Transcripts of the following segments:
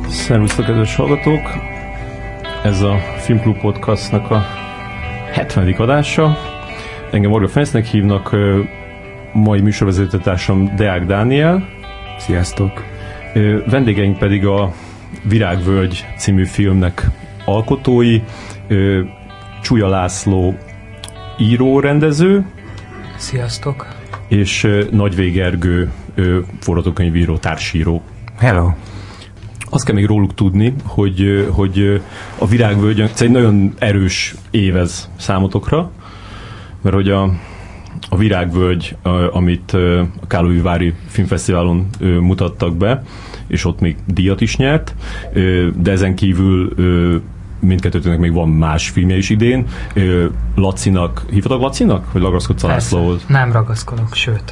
Szervusztok, kedves hallgatók! Ez a Filmklub Podcastnak a 70. adása. Engem Varga Ferencnek hívnak, mai műsorvezetőtársam Deák Dániel. Sziasztok! Vendégeink pedig a Virágvölgy című filmnek alkotói, Csúlya László író-rendező. Sziasztok! És Nagyvég Gergő forgatókönyvíró, társíró. Hello! Azt kell még róluk tudni, hogy a Virágvölgy egy nagyon erős évez számotokra, mert hogy a Virágvölgy, amit a Károlyvári Filmfesztiválon mutattak be, és ott még díjat is nyert, de ezen kívül mindkettőtőnek még van más filmje is idén. Lacinak, hívhatok Lacinak? Vagy ragaszkodsz a Lászlóhoz? Nem ragaszkodok, sőt.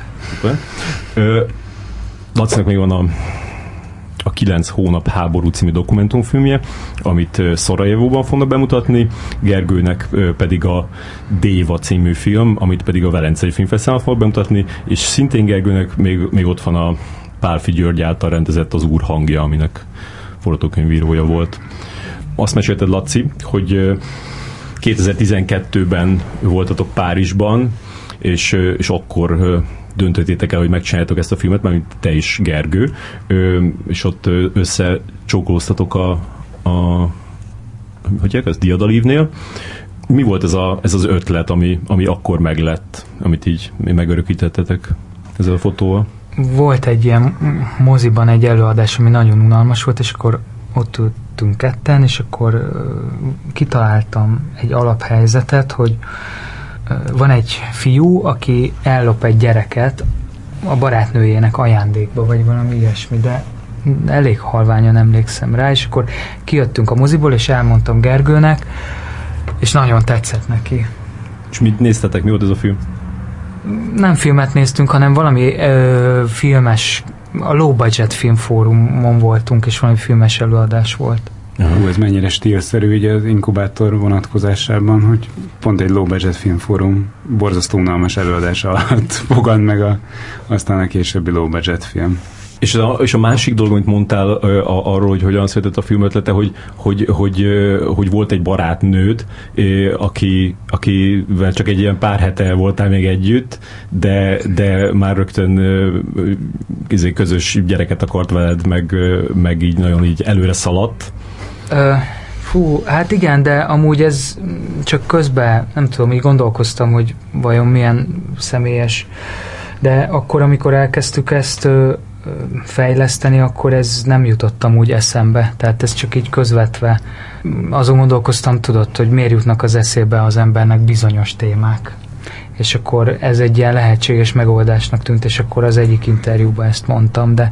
Lacinak még van a 9 hónap háború című dokumentumfilmje, amit Szarajevóban fognak bemutatni, Gergőnek pedig a Déva című film, amit pedig a Velencei Filmfesztiválon fog bemutatni, és szintén Gergőnek még ott van a Pálffy György által rendezett Az Úr hangja, aminek forgatókönyvírója volt. Azt mesélted, Laci, hogy 2012-ben voltatok Párizsban, és akkor döntöttétek el, hogy megcsináljátok ezt a filmet, mert te is, Gergő, és ott összecsókolóztatok az Diadalívnél. Mi volt ez az ötlet, ami akkor meglett, amit így megörökítettetek ezzel a fotóval? Volt egy ilyen moziban egy előadás, ami nagyon unalmas volt, és akkor ott ültünk ketten, és akkor kitaláltam egy alaphelyzetet, hogy van egy fiú, aki ellop egy gyereket a barátnőjének ajándékba, vagy valami ilyesmi, de elég halványan emlékszem rá, és akkor kijöttünk a moziból, és elmondtam Gergőnek, és nagyon tetszett neki. És mit néztetek? Mi volt ez a film? Nem filmet néztünk, hanem valami filmes, a Low Budget Film Fórumon voltunk, és valami filmes előadás volt. Ez mennyire stílszerű ugye az inkubátor vonatkozásában, hogy pont egy low budget filmfórum borzasztó unalmas előadás alatt fogad meg aztán a későbbi low budget film. És a másik dolog, amit mondtál arról, hogy hogyan született a film ötlete, hogy volt egy barátnőd, akivel csak egy ilyen pár hete voltál még együtt, de már rögtön közös gyereket akart veled, meg így nagyon így előre szaladt. Hát igen, de amúgy ez csak közben, nem tudom, így gondolkoztam, hogy vajon milyen személyes, de akkor, amikor elkezdtük ezt fejleszteni, akkor ez nem jutottam úgy eszembe, tehát ez csak így közvetve. Azon gondolkoztam, tudod, hogy miért jutnak az eszébe az embernek bizonyos témák. És akkor ez egy ilyen lehetséges megoldásnak tűnt, és akkor az egyik interjúban ezt mondtam, de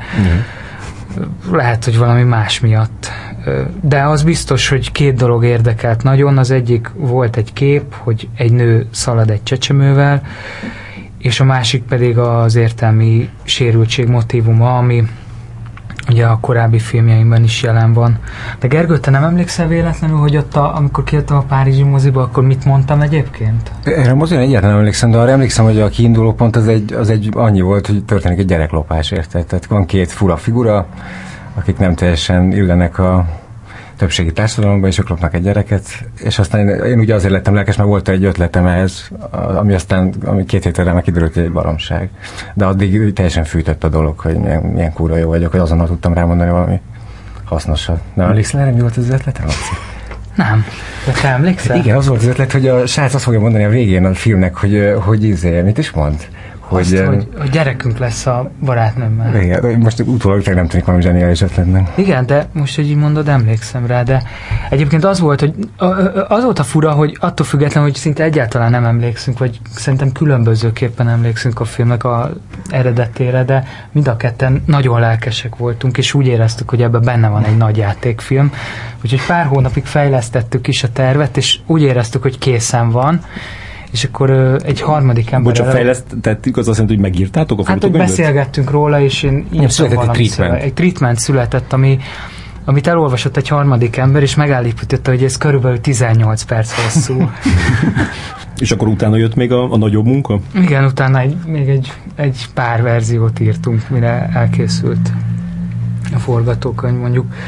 lehet, hogy valami más miatt. De az biztos, hogy két dolog érdekelt nagyon. Az egyik volt egy kép, hogy egy nő szalad egy csecsemővel, és a másik pedig az értelmi sérültség motívuma, ami ugye a korábbi filmjeimben is jelen van. De Gergő, te nem emlékszel véletlenül, hogy ott, amikor kijöttem a párizsi moziba, akkor mit mondtam egyébként? Erre a moziban egyáltalán nem emlékszem, de arra emlékszem, hogy a kiinduló pont az egy annyi volt, hogy történik egy gyereklopás, érted? Tehát van két fura figura, akik nem teljesen illenek a többségi társadalomban, és ők lopnak egy gyereket, és aztán én ugye azért lettem lelkes, mert volt egy ötletem ehhez, ami 2 héttel meg kiderült, hogy egy baromság. De addig teljesen fűtött a dolog, hogy milyen kurva jó vagyok, hogy azonnal tudtam rámondani valami hasznosat. Nem emlékszel erre, mi volt az ötletem? Nem. De te emlékszel? Igen, az volt az ötlet, hogy a srác azt fogja mondani a végén a filmnek, hogy mit is mond? Hogy gyerekünk lesz a barátnőmmel. Igen, most utólag nem tűnik valami zseniális ötletnek. Igen, de most, hogy így mondod, emlékszem rá, de egyébként az volt, hogy az volt a fura, hogy attól függetlenül, hogy szinte egyáltalán nem emlékszünk, vagy szerintem különbözőképpen emlékszünk a filmnek az eredetére, de mind a ketten nagyon lelkesek voltunk, és úgy éreztük, hogy ebben benne van egy nagy játékfilm. Úgyhogy pár hónapig fejlesztettük is a tervet, és úgy éreztük, hogy készen van, és akkor egy harmadik ember... Bocsánat, fejlesztettük, az azt jelenti, hogy megírtátok a forgatókönyvet? Hát, hogy beszélgettünk róla, és én írtam valami egy treatment született, amit elolvasott egy harmadik ember, és megállította, hogy ez körülbelül 18 perc hosszú. És akkor utána jött még a nagyobb munka? Igen, utána még egy pár verziót írtunk, mire elkészült a forgatókönyv, mondjuk.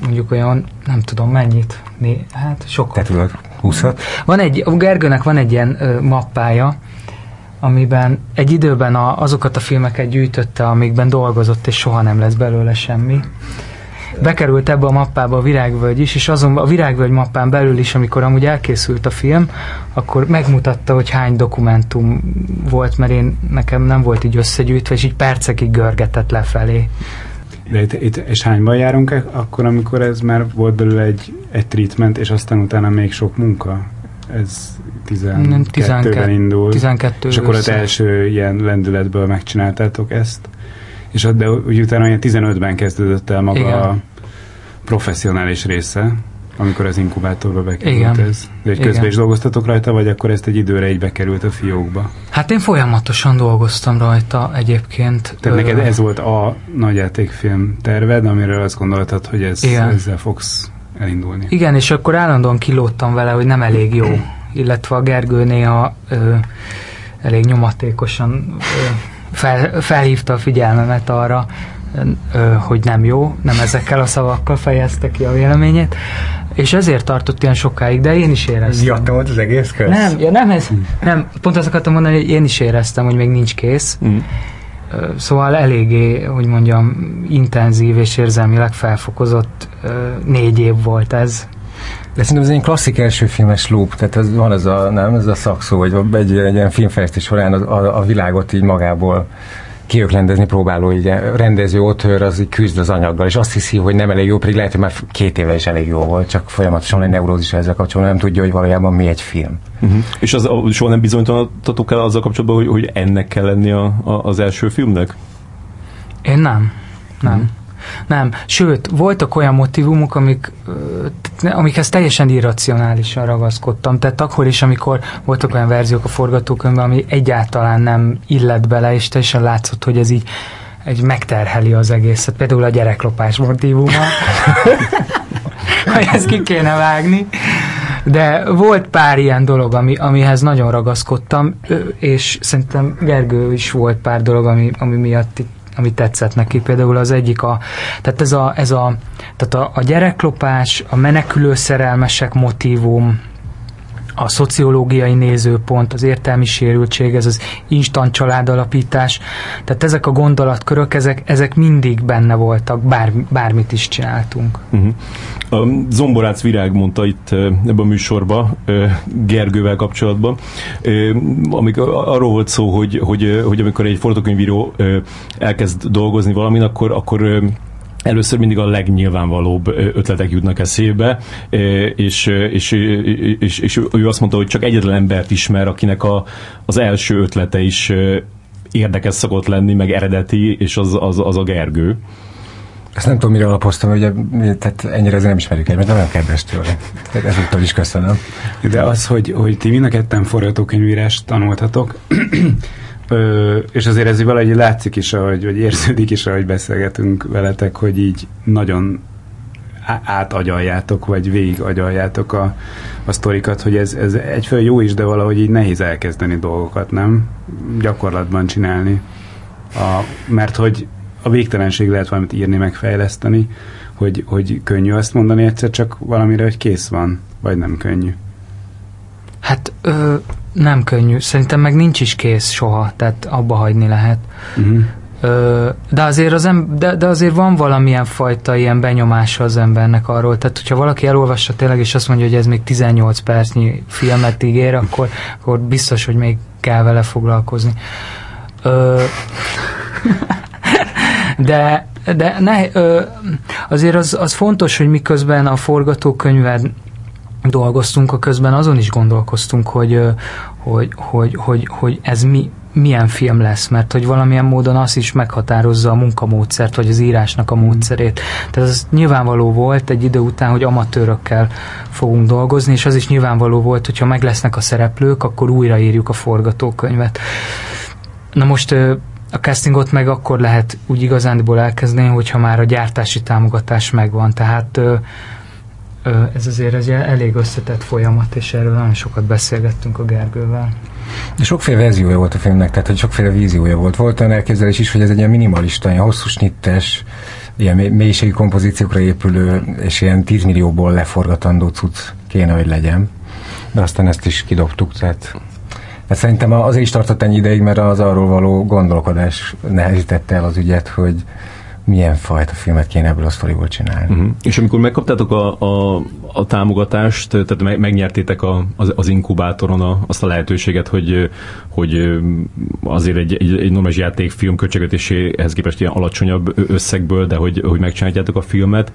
mondjuk olyan, nem tudom mennyit, hát sokat. Te tudod, 20-at? A Gergőnek van egy ilyen mappája, amiben egy időben azokat a filmeket gyűjtötte, amikben dolgozott, és soha nem lesz belőle semmi. Bekerült ebbe a mappába a Virágvölgy is, és azon a Virágvölgy mappán belül is, amikor amúgy elkészült a film, akkor megmutatta, hogy hány dokumentum volt, mert nekem nem volt így összegyűjtve, és így percekig görgetett lefelé. De és hányban járunk akkor, amikor ez már volt belőle egy treatment, és aztán utána még sok munka? Ez 12-ben indult. 12 és akkor az első ilyen lendületből megcsináltátok ezt. És de utána olyan 15-ben kezdődött el maga igen. A professzionális része, amikor az inkubátorba bekerült igen. Ez. De egy közben is dolgoztatok rajta, vagy akkor ezt egy időre így bekerült a fiókba? Hát én folyamatosan dolgoztam rajta egyébként. Tehát neked ez volt a nagyjátékfilm terved, amiről azt gondoltad, hogy ezzel fogsz elindulni. Igen, és akkor állandóan kilódtam vele, hogy nem elég jó. Illetve a Gergő néha elég nyomatékosan felhívta a figyelmemet arra, hogy nem jó, nem ezekkel a szavakkal fejezte ki a véleményét, és ezért tartott ilyen sokáig, de én is éreztem. Miattam volt az egész köz? Nem, pont azt akartam mondani, hogy én is éreztem, hogy még nincs kész. Szóval eléggé, hogy mondjam, intenzív és érzelmileg felfokozott 4 év volt ez. De szerintem ez egy klasszik első filmes loop, tehát ez van ez a szakszó, vagy egy ilyen filmfejlesztés során a világot így magából kiöklendezni próbáló így rendező, auteur, az így küzd az anyaggal, és azt hiszi, hogy nem elég jó, pedig lehet, hogy már 2 éve is elég jó volt, csak folyamatosan egy neurózis ezzel kapcsolatban, nem tudja, hogy valójában mi egy film. És soha nem bizonytalanatok el azzal kapcsolatban, hogy ennek kell lenni az első filmnek? Én nem. Nem. Sőt, voltak olyan motívumok, amikhez teljesen irracionálisan ragaszkodtam. Tehát akkor is, amikor voltak olyan verziók a forgatókönyvben, ami egyáltalán nem illett bele, és teljesen látszott, hogy ez így megterheli az egészet. Például a gyereklopás motívuma. Hogy ezt ki kéne vágni. De volt pár ilyen dolog, amihez nagyon ragaszkodtam, és szerintem Gergő is volt pár dolog, ami miatt ami tetszett neki. Például az egyik tehát a gyereklopás, a menekülő szerelmesek motívum, a szociológiai nézőpont, az értelmi sérültség, ez az instant családalapítás, tehát ezek a gondolatkörök, ezek mindig benne voltak, bármit is csináltunk. A Zomborác Virág mondta itt ebben a műsorban Gergővel kapcsolatban, arról volt szó, hogy amikor egy forgatókönyvíró elkezd dolgozni valamin, akkor először mindig a legnyilvánvalóbb ötletek jutnak eszébe, és ő azt mondta, hogy csak egyetlen embert ismer, akinek az első ötlete is érdekes szokott lenni, meg eredeti, és az a Gergő. Ezt nem tudom, mire alapoztam, hogy tehát ennyire nem ismerjük egymást, de nagyon kedves tőle. Ezúttal is köszönöm. De az, hogy ti mind a ketten forgatókönyvírást tanultatok, és azért ez valahogy látszik is, vagy érződik is, ahogy beszélgetünk veletek, hogy így nagyon átagyaljátok, vagy végigagyaljátok a sztorikat, hogy ez egyfelől jó is, de valahogy így nehéz elkezdeni dolgokat, nem? Gyakorlatban csinálni. Mert hogy a végtelenség lehet valamit írni, megfejleszteni, hogy könnyű azt mondani egyszer csak valamire, hogy kész van, vagy nem könnyű. Hát nem könnyű. Szerintem meg nincs is kész soha, tehát abba hagyni lehet. De azért van valamilyen fajta ilyen benyomása az embernek arról. Tehát, hogyha valaki elolvassa tényleg, és azt mondja, hogy ez még 18 percnyi filmet ígér, akkor biztos, hogy még kell vele foglalkozni. Azért az fontos, hogy miközben a forgatókönyven dolgoztunk, a közben azon is gondolkoztunk, hogy ez milyen film lesz, mert hogy valamilyen módon az is meghatározza a munkamódszert, vagy az írásnak a módszerét. Tehát az nyilvánvaló volt egy idő után, hogy amatőrökkel fogunk dolgozni, és az is nyilvánvaló volt, hogyha meg lesznek a szereplők, akkor újraírjuk a forgatókönyvet. Na most a castingot meg akkor lehet úgy igazándiból elkezdeni, hogyha már a gyártási támogatás megvan. Tehát ez azért egy elég összetett folyamat, és erről nagyon sokat beszélgettünk a Gergővel. De sokféle verziója volt a filmnek, tehát hogy sokféle víziója volt. Volt olyan elképzelés is, hogy ez egy ilyen minimalista, ilyen hosszú snittes, ilyen mélységű kompozíciókra épülő, és ilyen 10 millióból leforgatandó cucc kéne, hogy legyen. De aztán ezt is kidobtuk, tehát szerintem azért is tartott ennyi ideig, mert az arról való gondolkodás nehezítette el az ügyet, hogy milyen fajta filmet kéne ebből a sztoriból csinálni. Uh-huh. És amikor megkaptátok a támogatást, tehát megnyertétek az inkubátoron azt a lehetőséget, hogy azért egy normális játékfilm költségvetéséhez képest ilyen alacsonyabb összegből, de hogy megcsináljátok a filmet,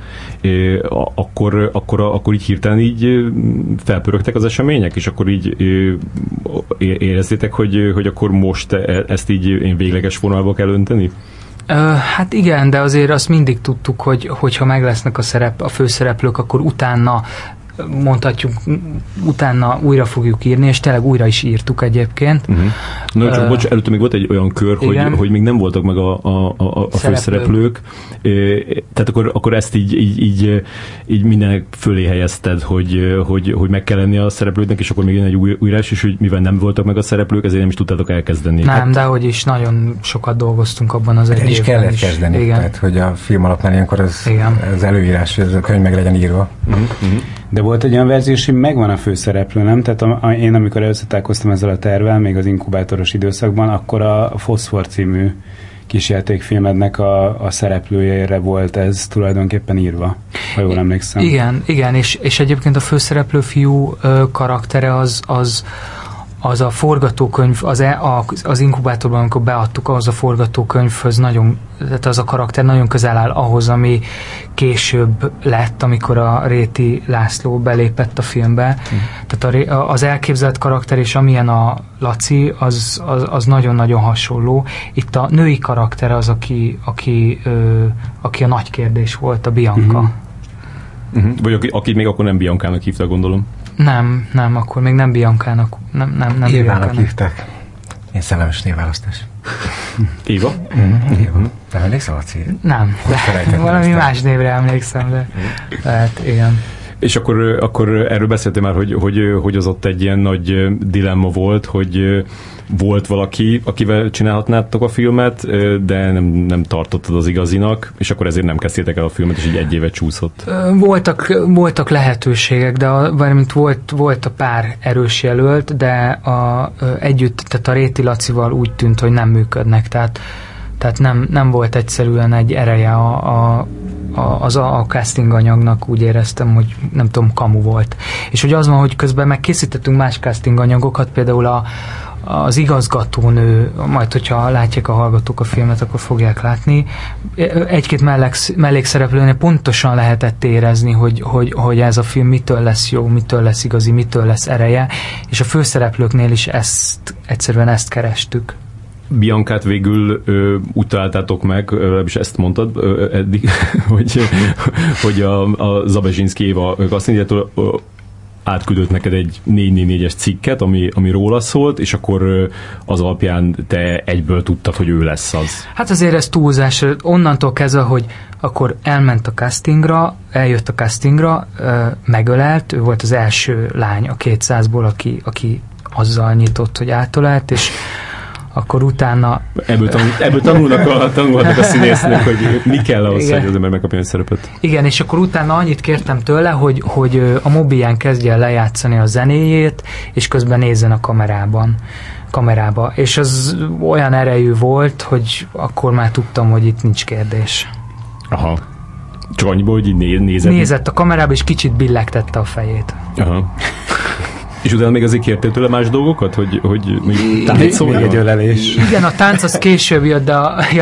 akkor így hirtelen így felpörögtek az események, és akkor így éreztétek, hogy akkor most ezt így végleges vonalba kell önteni? Hát igen, de azért azt mindig tudtuk, hogyha meg lesznek a főszereplők, akkor utána mondhatjuk, utána újra fogjuk írni, és tényleg újra is írtuk egyébként. Uh-huh. Na, csak bocs, előtte még volt egy olyan kör, hogy még nem voltak meg a főszereplők, tehát akkor ezt így mindenek fölé helyezted, hogy meg kell lenni a szereplőknek, és akkor még egy újrás, és hogy mivel nem voltak meg a szereplők, ezért nem is tudtátok elkezdeni. Nem, de hogy is nagyon sokat dolgoztunk abban az egy évben is. Kellett kezdeni, igen. Tehát hogy a film alapnál ilyenkor az előírás, hogy ez a könyv meg legyen írva. Uh-huh. Uh-huh. De volt egy olyan verzió, hogy megvan a főszereplő, nem? Tehát én amikor összetálkoztam ezzel a tervvel, még az inkubátoros időszakban, akkor a Foszfor című kisjátékfilmednek a szereplőjére volt ez tulajdonképpen írva, ha jól emlékszem. Igen, és egyébként a főszereplő fiú karaktere az a forgatókönyv, az inkubátorban, amikor beadtuk, az a forgatókönyvhöz tehát az a karakter nagyon közel áll ahhoz, ami később lett, amikor a Réti László belépett a filmbe. Tehát az elképzelt karakter, és amilyen a Laci, az nagyon-nagyon hasonló. Itt a női karakter az, aki a nagy kérdés volt, a Bianca. Vagy akit még akkor nem Biancának hívta, gondolom. Nem, akkor még nem Biancának. Nem Évának hívták. Én szellemes névválasztás. Éva? Éva. Nem emlékszel a cél? Nem, de valami más névre emlékszem, de lehet, igen. És akkor erről beszéltél már, hogy az ott egy ilyen nagy dilemma volt, hogy volt valaki, akivel csinálhatnátok a filmet, de nem tartottad az igazinak, és akkor ezért nem kezdtétek el a filmet, és így egy évet csúszott. Voltak lehetőségek, de volt a pár erős jelölt, de együtt, tehát a Réti Lacival úgy tűnt, hogy nem működnek, tehát nem volt egyszerűen egy ereje a casting anyagnak, úgy éreztem, hogy nem tudom, kamu volt. És hogy az van, hogy közben megkészítettünk más casting anyagokat, például az igazgatónő, majd hogyha látják a hallgatók a filmet, akkor fogják látni. Egy-két mellékszereplőnél pontosan lehetett érezni, hogy ez a film mitől lesz jó, mitől lesz igazi, mitől lesz ereje, és a főszereplőknél is egyszerűen ezt kerestük. Biancát végül úgy találtátok meg, és ezt mondtad eddig, hogy a Zabezsinszky Éva castingjától átküldött neked egy 444-es cikket, ami róla szólt, és akkor az alapján te egyből tudtad, hogy ő lesz az. Hát azért ez túlzás. Onnantól kezdve, hogy akkor eljött a castingra, megölelt, ő volt az első lány a 200-ból, aki azzal nyitott, hogy átölelt, és akkor utána... Ebből tanulnak a színésznek, hogy mi kell ahhoz, hogy az ember megkapja egy szerepet. Igen, és akkor utána annyit kértem tőle, hogy a mobilján kezdje el lejátszani a zenéjét, és közben nézzen a kamerába. És az olyan erejű volt, hogy akkor már tudtam, hogy itt nincs kérdés. Aha. Csak annyiból, hogy így nézett? Nézett a kamerába, és kicsit billegtette a fejét. Aha. És utána még azért kértél tőle más dolgokat, hogy még táncol? Még egy ölelés. Igen, a tánc az később jött, de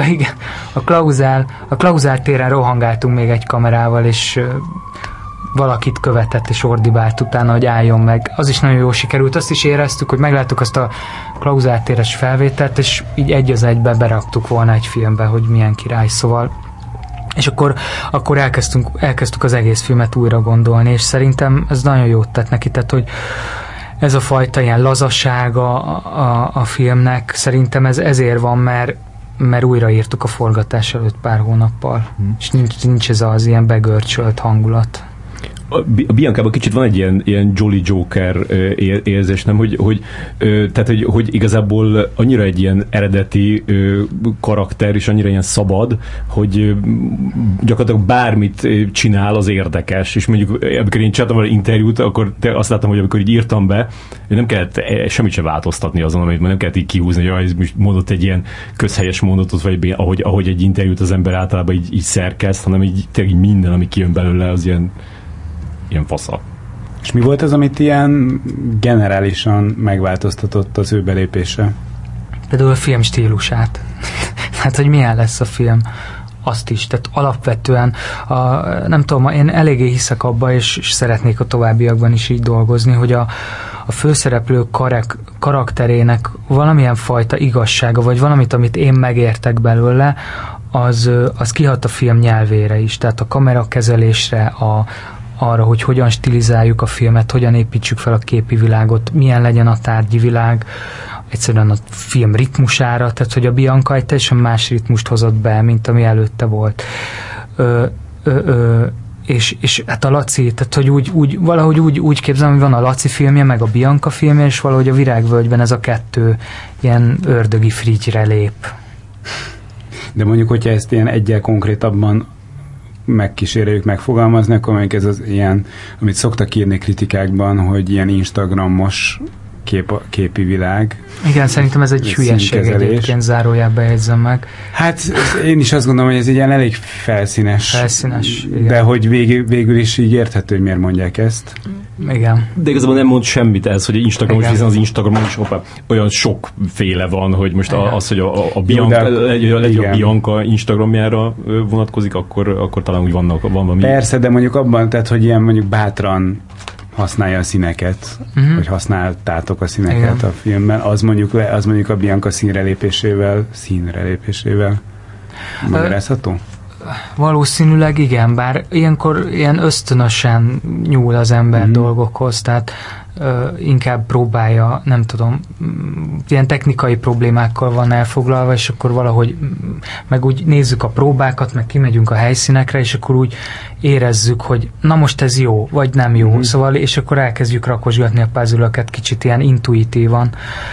a Klauzál téren rohangáltunk még egy kamerával, és valakit követett és ordibált utána, hogy álljon meg. Az is nagyon jól sikerült. Azt is éreztük, hogy megláttuk azt a Klauzál téres felvételt, és így egy az egybe beraktuk volna egy filmbe, hogy milyen király, szóval. És akkor elkezdtük az egész filmet újra gondolni, és szerintem ez nagyon jót tett neki, tehát hogy ez a fajta ilyen lazasága a filmnek, szerintem ez ezért van, mert újraírtuk a forgatás előtt pár hónappal, és nincs ez az ilyen begörcsölt hangulat. a Biancában kicsit van egy ilyen Jolly Joker érzés, nem? Hogy igazából annyira egy ilyen eredeti karakter, és annyira ilyen szabad, hogy gyakorlatilag bármit csinál, az érdekes. És mondjuk, amikor én csináltam valami interjút, akkor azt láttam, hogy amikor így írtam be, nem kellett semmit sem változtatni azon, amit nem kellett így kihúzni, hogy most mondott egy ilyen közhelyes mondatot, vagy ahogy egy interjút az ember általában így szerkeszt, hanem így tényleg minden, ami kijön belőle, az ilyen fasza. És mi volt az, amit ilyen generálisan megváltoztatott az ő belépése? Például a film stílusát. Hát, hogy milyen lesz a film. Azt is, tehát alapvetően nem tudom, én eléggé hiszek abba, és szeretnék a továbbiakban is így dolgozni, hogy a főszereplő karakterének valamilyen fajta igazsága, vagy valamit, amit én megértek belőle, az kihat a film nyelvére is, tehát a kamerakezelésre, arra, hogy hogyan stilizáljuk a filmet, hogyan építsük fel a képi világot, milyen legyen a tárgyi világ, egyszerűen a film ritmusára, tehát hogy a Bianca egy teljesen más ritmust hozott be, mint ami előtte volt. És hát a Laci, tehát hogy valahogy úgy képzelem, hogy van a Laci filmje, meg a Bianca filmje, és valahogy a Virágvölgyben ez a kettő ilyen ördögi frigyre lép. De mondjuk, hogyha ezt ilyen egyel konkrétabban megkíséreljük megfogalmazni, akkor mondjuk ez az ilyen, amit szoktak írni kritikákban, hogy ilyen instagramos képi világ. Igen, szerintem ez egy hülyeség egyébként, zárójelbe jegyzem meg. Hát én is azt gondolom, hogy ez egy ilyen elég felszínes, igen. De hogy végül is így érthető, hogy miért mondják ezt. Igen. De igazából nem mond semmit ez, hogy Instagramos, hiszen az Instagramon is olyan sokféle van, hogy most az, hogy a Bianca Instagramjára vonatkozik, akkor talán úgy van valami. Persze, de mondjuk abban, tehát, hogy ilyen mondjuk bátran használja a színeket, vagy használtátok a színeket a filmben, az mondjuk a Bianca színrelépésével magyarázható? Valószínűleg igen, bár ilyenkor ilyen ösztönösen nyúl az ember dolgokhoz, tehát inkább próbálja, nem tudom, ilyen technikai problémákkal van elfoglalva, és akkor valahogy meg úgy nézzük a próbákat, meg kimegyünk a helyszínekre, és akkor úgy érezzük, hogy na most ez jó, vagy nem jó, szóval, és akkor elkezdjük rakosgatni a puzzle-öket kicsit ilyen intuitívan.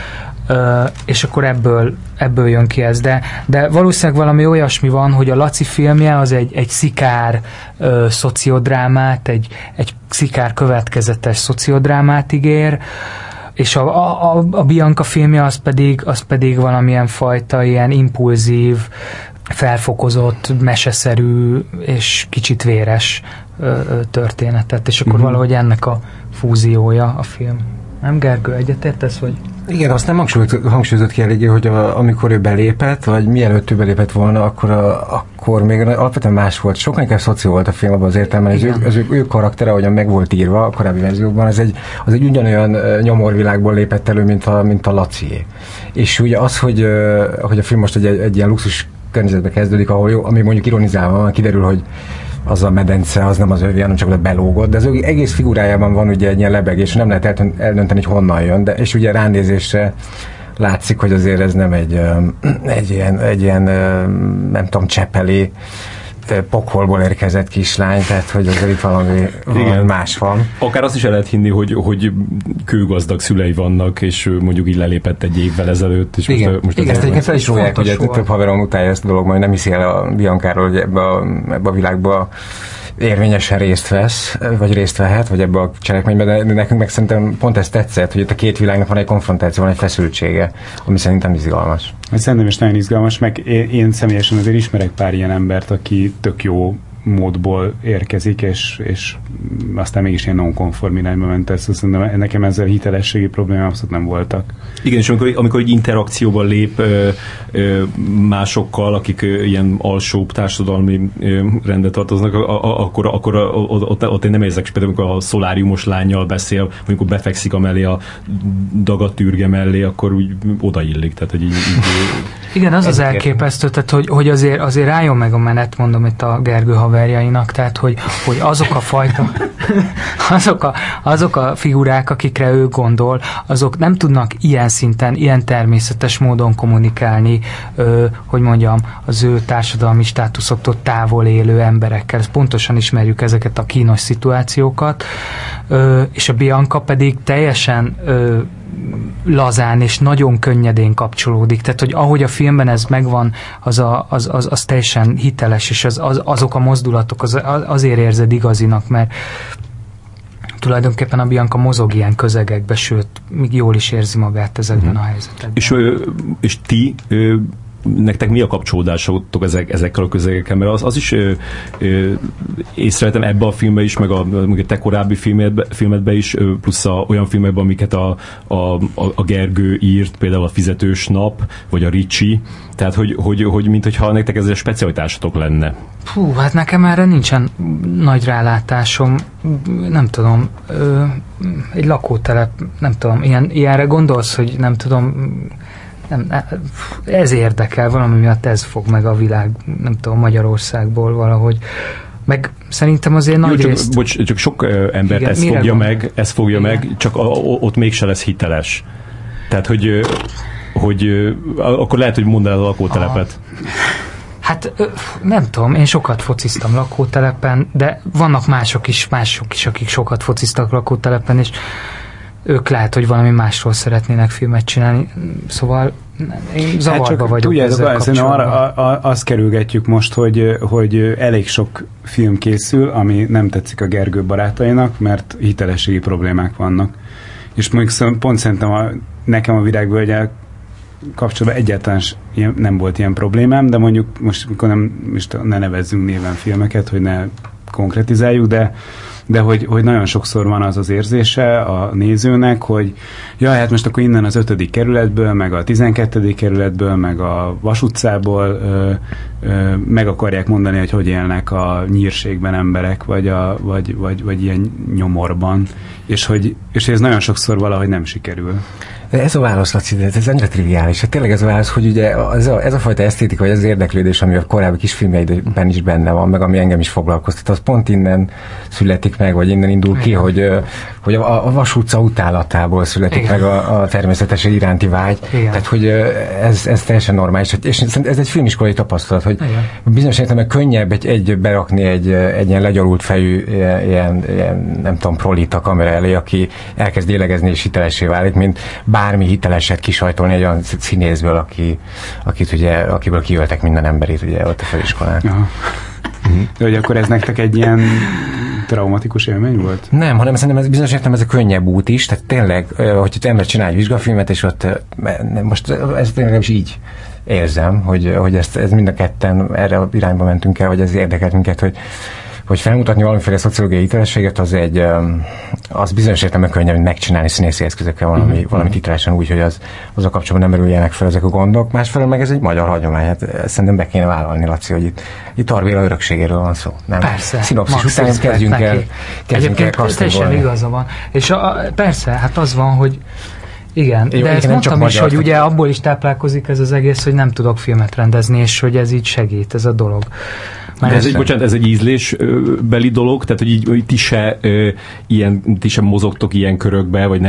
És akkor ebből jön ki ez. De valószínűleg valami olyasmi van, hogy a Laci filmje az egy szikár szociodrámát, egy szikár következetes szociodrámát ígér, és a Bianca filmje az pedig valamilyen fajta ilyen impulzív, felfokozott, meseszerű és kicsit véres történetet, és akkor valahogy ennek a fúziója a film. Nem, Gergő, egyetértesz, hogy... Igen, azt nem hangsúlyozott ki eléggé, hogy amikor ő belépett, vagy mielőtt ő belépett volna, akkor még alapvetően más volt. Sokkal inkább szoció volt a film abban az értelemben, az ő karaktere, ahogyan meg volt írva a korábbi verziókban, az egy ugyanolyan nyomorvilágból lépett elő, mint a Lacié. És ugye az, hogy a film most egy ilyen luxus környezetbe kezdődik, ami mondjuk ironizálva van, kiderül, hogy az a medence, az nem az övé, hanem csak belógott, de az egész figurájában van ugye egy ilyen lebegés, nem lehet eldönteni, hogy honnan jön, és ugye ránézésre látszik, hogy azért ez nem egy ilyen nem tudom, cseppeli pokholból érkezett kislány, tehát hogy azért itt valami más van. Akár azt is el lehet hinni, hogy kőgazdag szülei vannak, és mondjuk így lelépett egy évvel ezelőtt. És most ezt egyébként fel is róják, hogy több haverom utálja ezt a dolog, majd nem hiszi el a Biancáról, hogy ebbe a világba érvényesen részt vesz, vagy részt vehet, vagy ebbe a cselekménybe, de nekünk meg szerintem pont ezt tetszett, hogy itt a két világnak van egy konfrontáció, van egy feszültsége, ami szerintem izgalmas. Szerintem is nagyon izgalmas, meg én személyesen azért ismerek pár ilyen embert, aki tök jó módból érkezik, és aztán mégis ilyen non-konform irányba ment ezt, szerintem nekem ezzel hitelességi problémám abszolút nem voltak. Igen, és amikor egy interakcióban lép másokkal, akik ilyen alsóbb társadalmi rendet tartoznak, akkor ott én nem érzek, például amikor a szoláriumos lánnyal beszél, amikor befekszik amellé a dagatűrge mellé, akkor úgy odaillik. Tehát, hogy így igen, az elképesztő, tehát hogy azért álljon meg a menet, mondom itt a Gergő haver haverjainak, tehát hogy azok a fajta azok a figurák, akikre ő gondol, azok nem tudnak ilyen szinten, ilyen természetes módon kommunikálni, hogy mondjam, az ő társadalmi státuszoktól távol élő emberekkel. Pontosan ismerjük ezeket a kínos szituációkat, és a Bianca pedig teljesen lazán és nagyon könnyedén kapcsolódik. Tehát, hogy ahogy a filmben ez megvan, az teljesen hiteles, és azok a mozdulatok azért érzed igazinak, mert tulajdonképpen a Bianca mozog ilyen közegekbe, sőt, még jól is érzi magát ezekben a helyzetekben. És ti nektek mi a kapcsolódásotok ezekkel a közegekkel? Mert az is észrevettem ebbe a filmbe is, meg a te korábbi filmedbe is, plusz olyan filmekben, amiket a Gergő írt, például a Fizetős nap, vagy a Ricsi, tehát hogy minthogyha nektek ez egy specialitásotok lenne. Hú, hát nekem erre nincsen nagy rálátásom, nem tudom, egy lakótelep, nem tudom, ilyenre gondolsz, hogy nem tudom, ez érdekel, valami miatt ez fog meg a világ, nem tudom, Magyarországból valahogy. Meg szerintem azért nagy részt... Csak sok embert igen, ez fogja meg, csak ott mégse lesz hiteles. Tehát, hogy akkor lehet, hogy mondd el a lakótelepet. Hát nem tudom, én sokat fociztam lakótelepen, de vannak mások is, akik sokat fociztak lakótelepen, és ők lehet, hogy valami másról szeretnének filmet csinálni, szóval én zavarba vagyok ezzel kapcsolatban. Azt kerülgetjük most, hogy elég sok film készül, ami nem tetszik a Gergő barátainak, mert hitelességi problémák vannak. És mondjuk pont szerintem nekem a Virágvölgyel kapcsolatban egyáltalán nem volt ilyen problémám, de mondjuk most ne nevezzünk néven filmeket, hogy ne konkretizáljuk, de hogy nagyon sokszor van az érzése a nézőnek, hogy hát most akkor innen az 5. kerületből, meg a 12. kerületből, meg a Vas utcából meg akarják mondani, hogy élnek a nyírségben emberek, vagy ilyen nyomorban, és ez nagyon sokszor valahogy nem sikerül. De ez a válasz, Laci, ez annyira triviális. Hát tényleg ez a válasz, hogy ugye ez a fajta esztétika, vagy ez az érdeklődés, ami a korábbi kisfilmjeidben is benne van, meg ami engem is foglalkoztat, az pont innen születik meg, vagy innen indul ki, hogy a Vas utca utálatából születik meg a természetes iránti vágy. Igen. Tehát, hogy ez teljesen normális. És ez egy filmiskolai tapasztalat, hogy bizonyos értelemben könnyebb berakni egy ilyen legyalult fejű, ilyen nem tudom, prolit a kamera elé, aki elkezd élegezni és hitelessé válik, mint bármi hiteleset kisajtolni egy olyan színészből, akiből kiöltek minden emberét ugye ott a főiskolán. De hogy akkor ez nektek egy ilyen traumatikus élmény volt? Nem, hanem szerintem bizonyos értelemben ez a könnyebb út is, tehát tényleg, hogy az ember csinál egy vizsgafilmet, és ott most ezt tényleg is így érzem, hogy ez mind a ketten erre a irányba mentünk el, hogy ez érdekelt minket, hogy felmutatni valamiféle szociológiai hitelességet, az bizonyos értelemben könnyebb, hogy megcsinálni színészi eszközökkel valamit hitelesen úgy, hogy az a kapcsolatban nem merüljenek fel ezek a gondok. Másfelől meg ez egy magyar hagyomány. Hát szerintem be kéne vállalni, Laci, hogy itt Arvéla örökségéről van szó. Nem? Persze. Szinopszis után kezdjünk el kasztolni. Teljesen igaza van. És persze, hát az van, hogy igen, de ezt mondtam is, hogy ugye abból is táplálkozik ez az egész, hogy nem tudok filmet rendezni, és hogy ez így segít, ez a dolog. Ez egy ízlésbeli dolog, tehát hogy ti sem mozogtok ilyen körökbe, vagy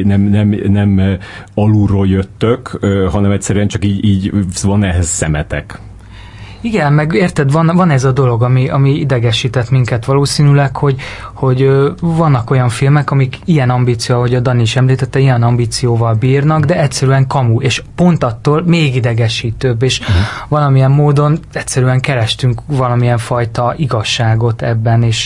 nem alulról jöttök, hanem egyszerűen csak így van ehhez szemetek. Igen, meg érted, van ez a dolog, ami idegesített minket valószínűleg, hogy vannak olyan filmek, amik ilyen ambíció, ahogy a Dani is említette, ilyen ambícióval bírnak, de egyszerűen kamu, és pont attól még idegesítőbb, és valamilyen módon egyszerűen kerestünk valamilyen fajta igazságot ebben, és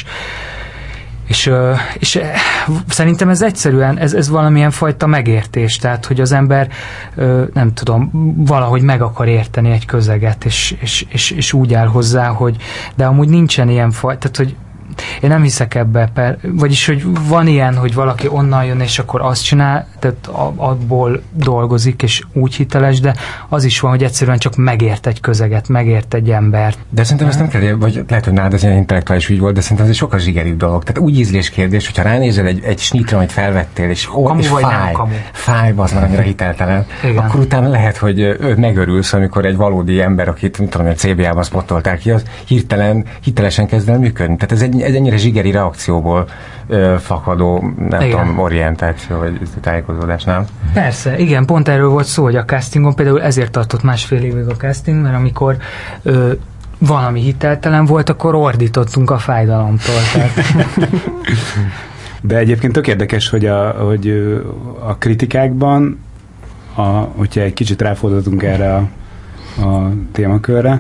szerintem ez egyszerűen, ez valamilyen fajta megértés, tehát, hogy az ember, nem tudom, valahogy meg akar érteni egy közeget, és úgy áll hozzá, hogy de amúgy nincsen ilyen fajta, tehát, hogy én nem hiszek ebbe, vagyis, hogy van ilyen, hogy valaki onnan jön, és akkor azt csinál, tehát abból dolgozik, és úgy hiteles, de az is van, hogy egyszerűen csak megért egy közeget, megért egy embert. De szerintem ezt nem kell, vagy lehet, hogy nálad az ilyen intellektuális ügy volt, de szerintem ez egy sokkal zsigeribb dolog. Tehát úgy ízléskérdés, hogyha ránézel egy snitre, amit felvettél, és fáj, az már annyira hiteltelen, akkor utána lehet, hogy megörülsz, amikor egy valódi ember, akit, mint tudom, a CBA-ban spottolták ki, az hitelesen kezd el működni. Tehát ez egy ennyire zsigeri reakcióból fakadó, nem tudom, orientáció, vagy tájékozódás, nem? Persze, igen, pont erről volt szó, hogy a castingon például ezért tartott másfél évig a casting, mert amikor valami hiteltelen volt, akkor ordítottunk a fájdalomtól. De egyébként tök érdekes, hogy a kritikákban, hogyha egy kicsit ráfordultunk erre a témakörre,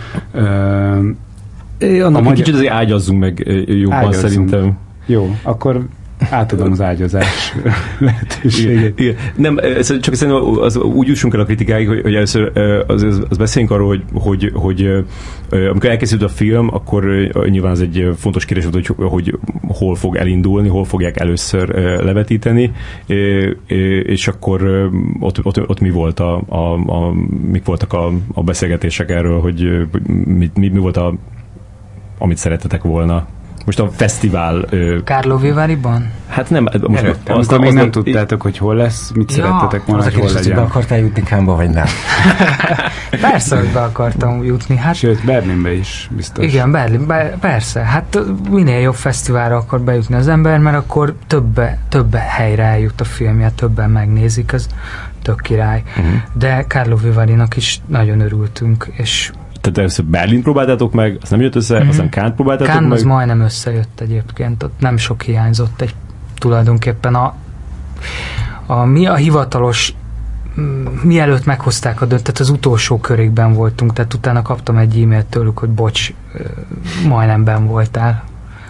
kicsit azért ágyazzunk meg jobban szerintem. Jó, akkor átadom az ágyazás lehetőséget. Igen. Nem, csak szerintem úgy jussunk el a kritikáig, hogy először az beszéljünk arról, hogy amikor elkészült a film, akkor nyilván ez egy fontos kérdés volt, hogy hol fog elindulni, hol fogják először levetíteni, és akkor ott mi volt mik voltak a beszélgetések erről, hogy mi volt amit szerettetek volna. Most a fesztivál... Karlovy-Varyban? Hát nem. Most még nem tudtátok, hogy hol lesz, mit szerettetek volna, hogy hol legyen. Be akartál jutni Cannesba, vagy nem? Persze, hogy be akartam jutni. Hát, sőt, Berlinbe is biztos. Igen, persze. Hát minél jobb fesztiválra akar bejutni az ember, mert akkor több helyre eljut a filmje, többen megnézik, az tök király. De Karlovy-Varynak is nagyon örültünk, és tehát először Berlin próbáltátok meg, azt nem jött össze, aztán Cannes próbáltátok Cannes meg. Az majdnem összejött egyébként, ott nem sok hiányzott tulajdonképpen mi a hivatalos, mielőtt meghozták a döntést, az utolsó körékben voltunk, tehát utána kaptam egy e-mailt tőlük, hogy bocs, majdnem benn voltál.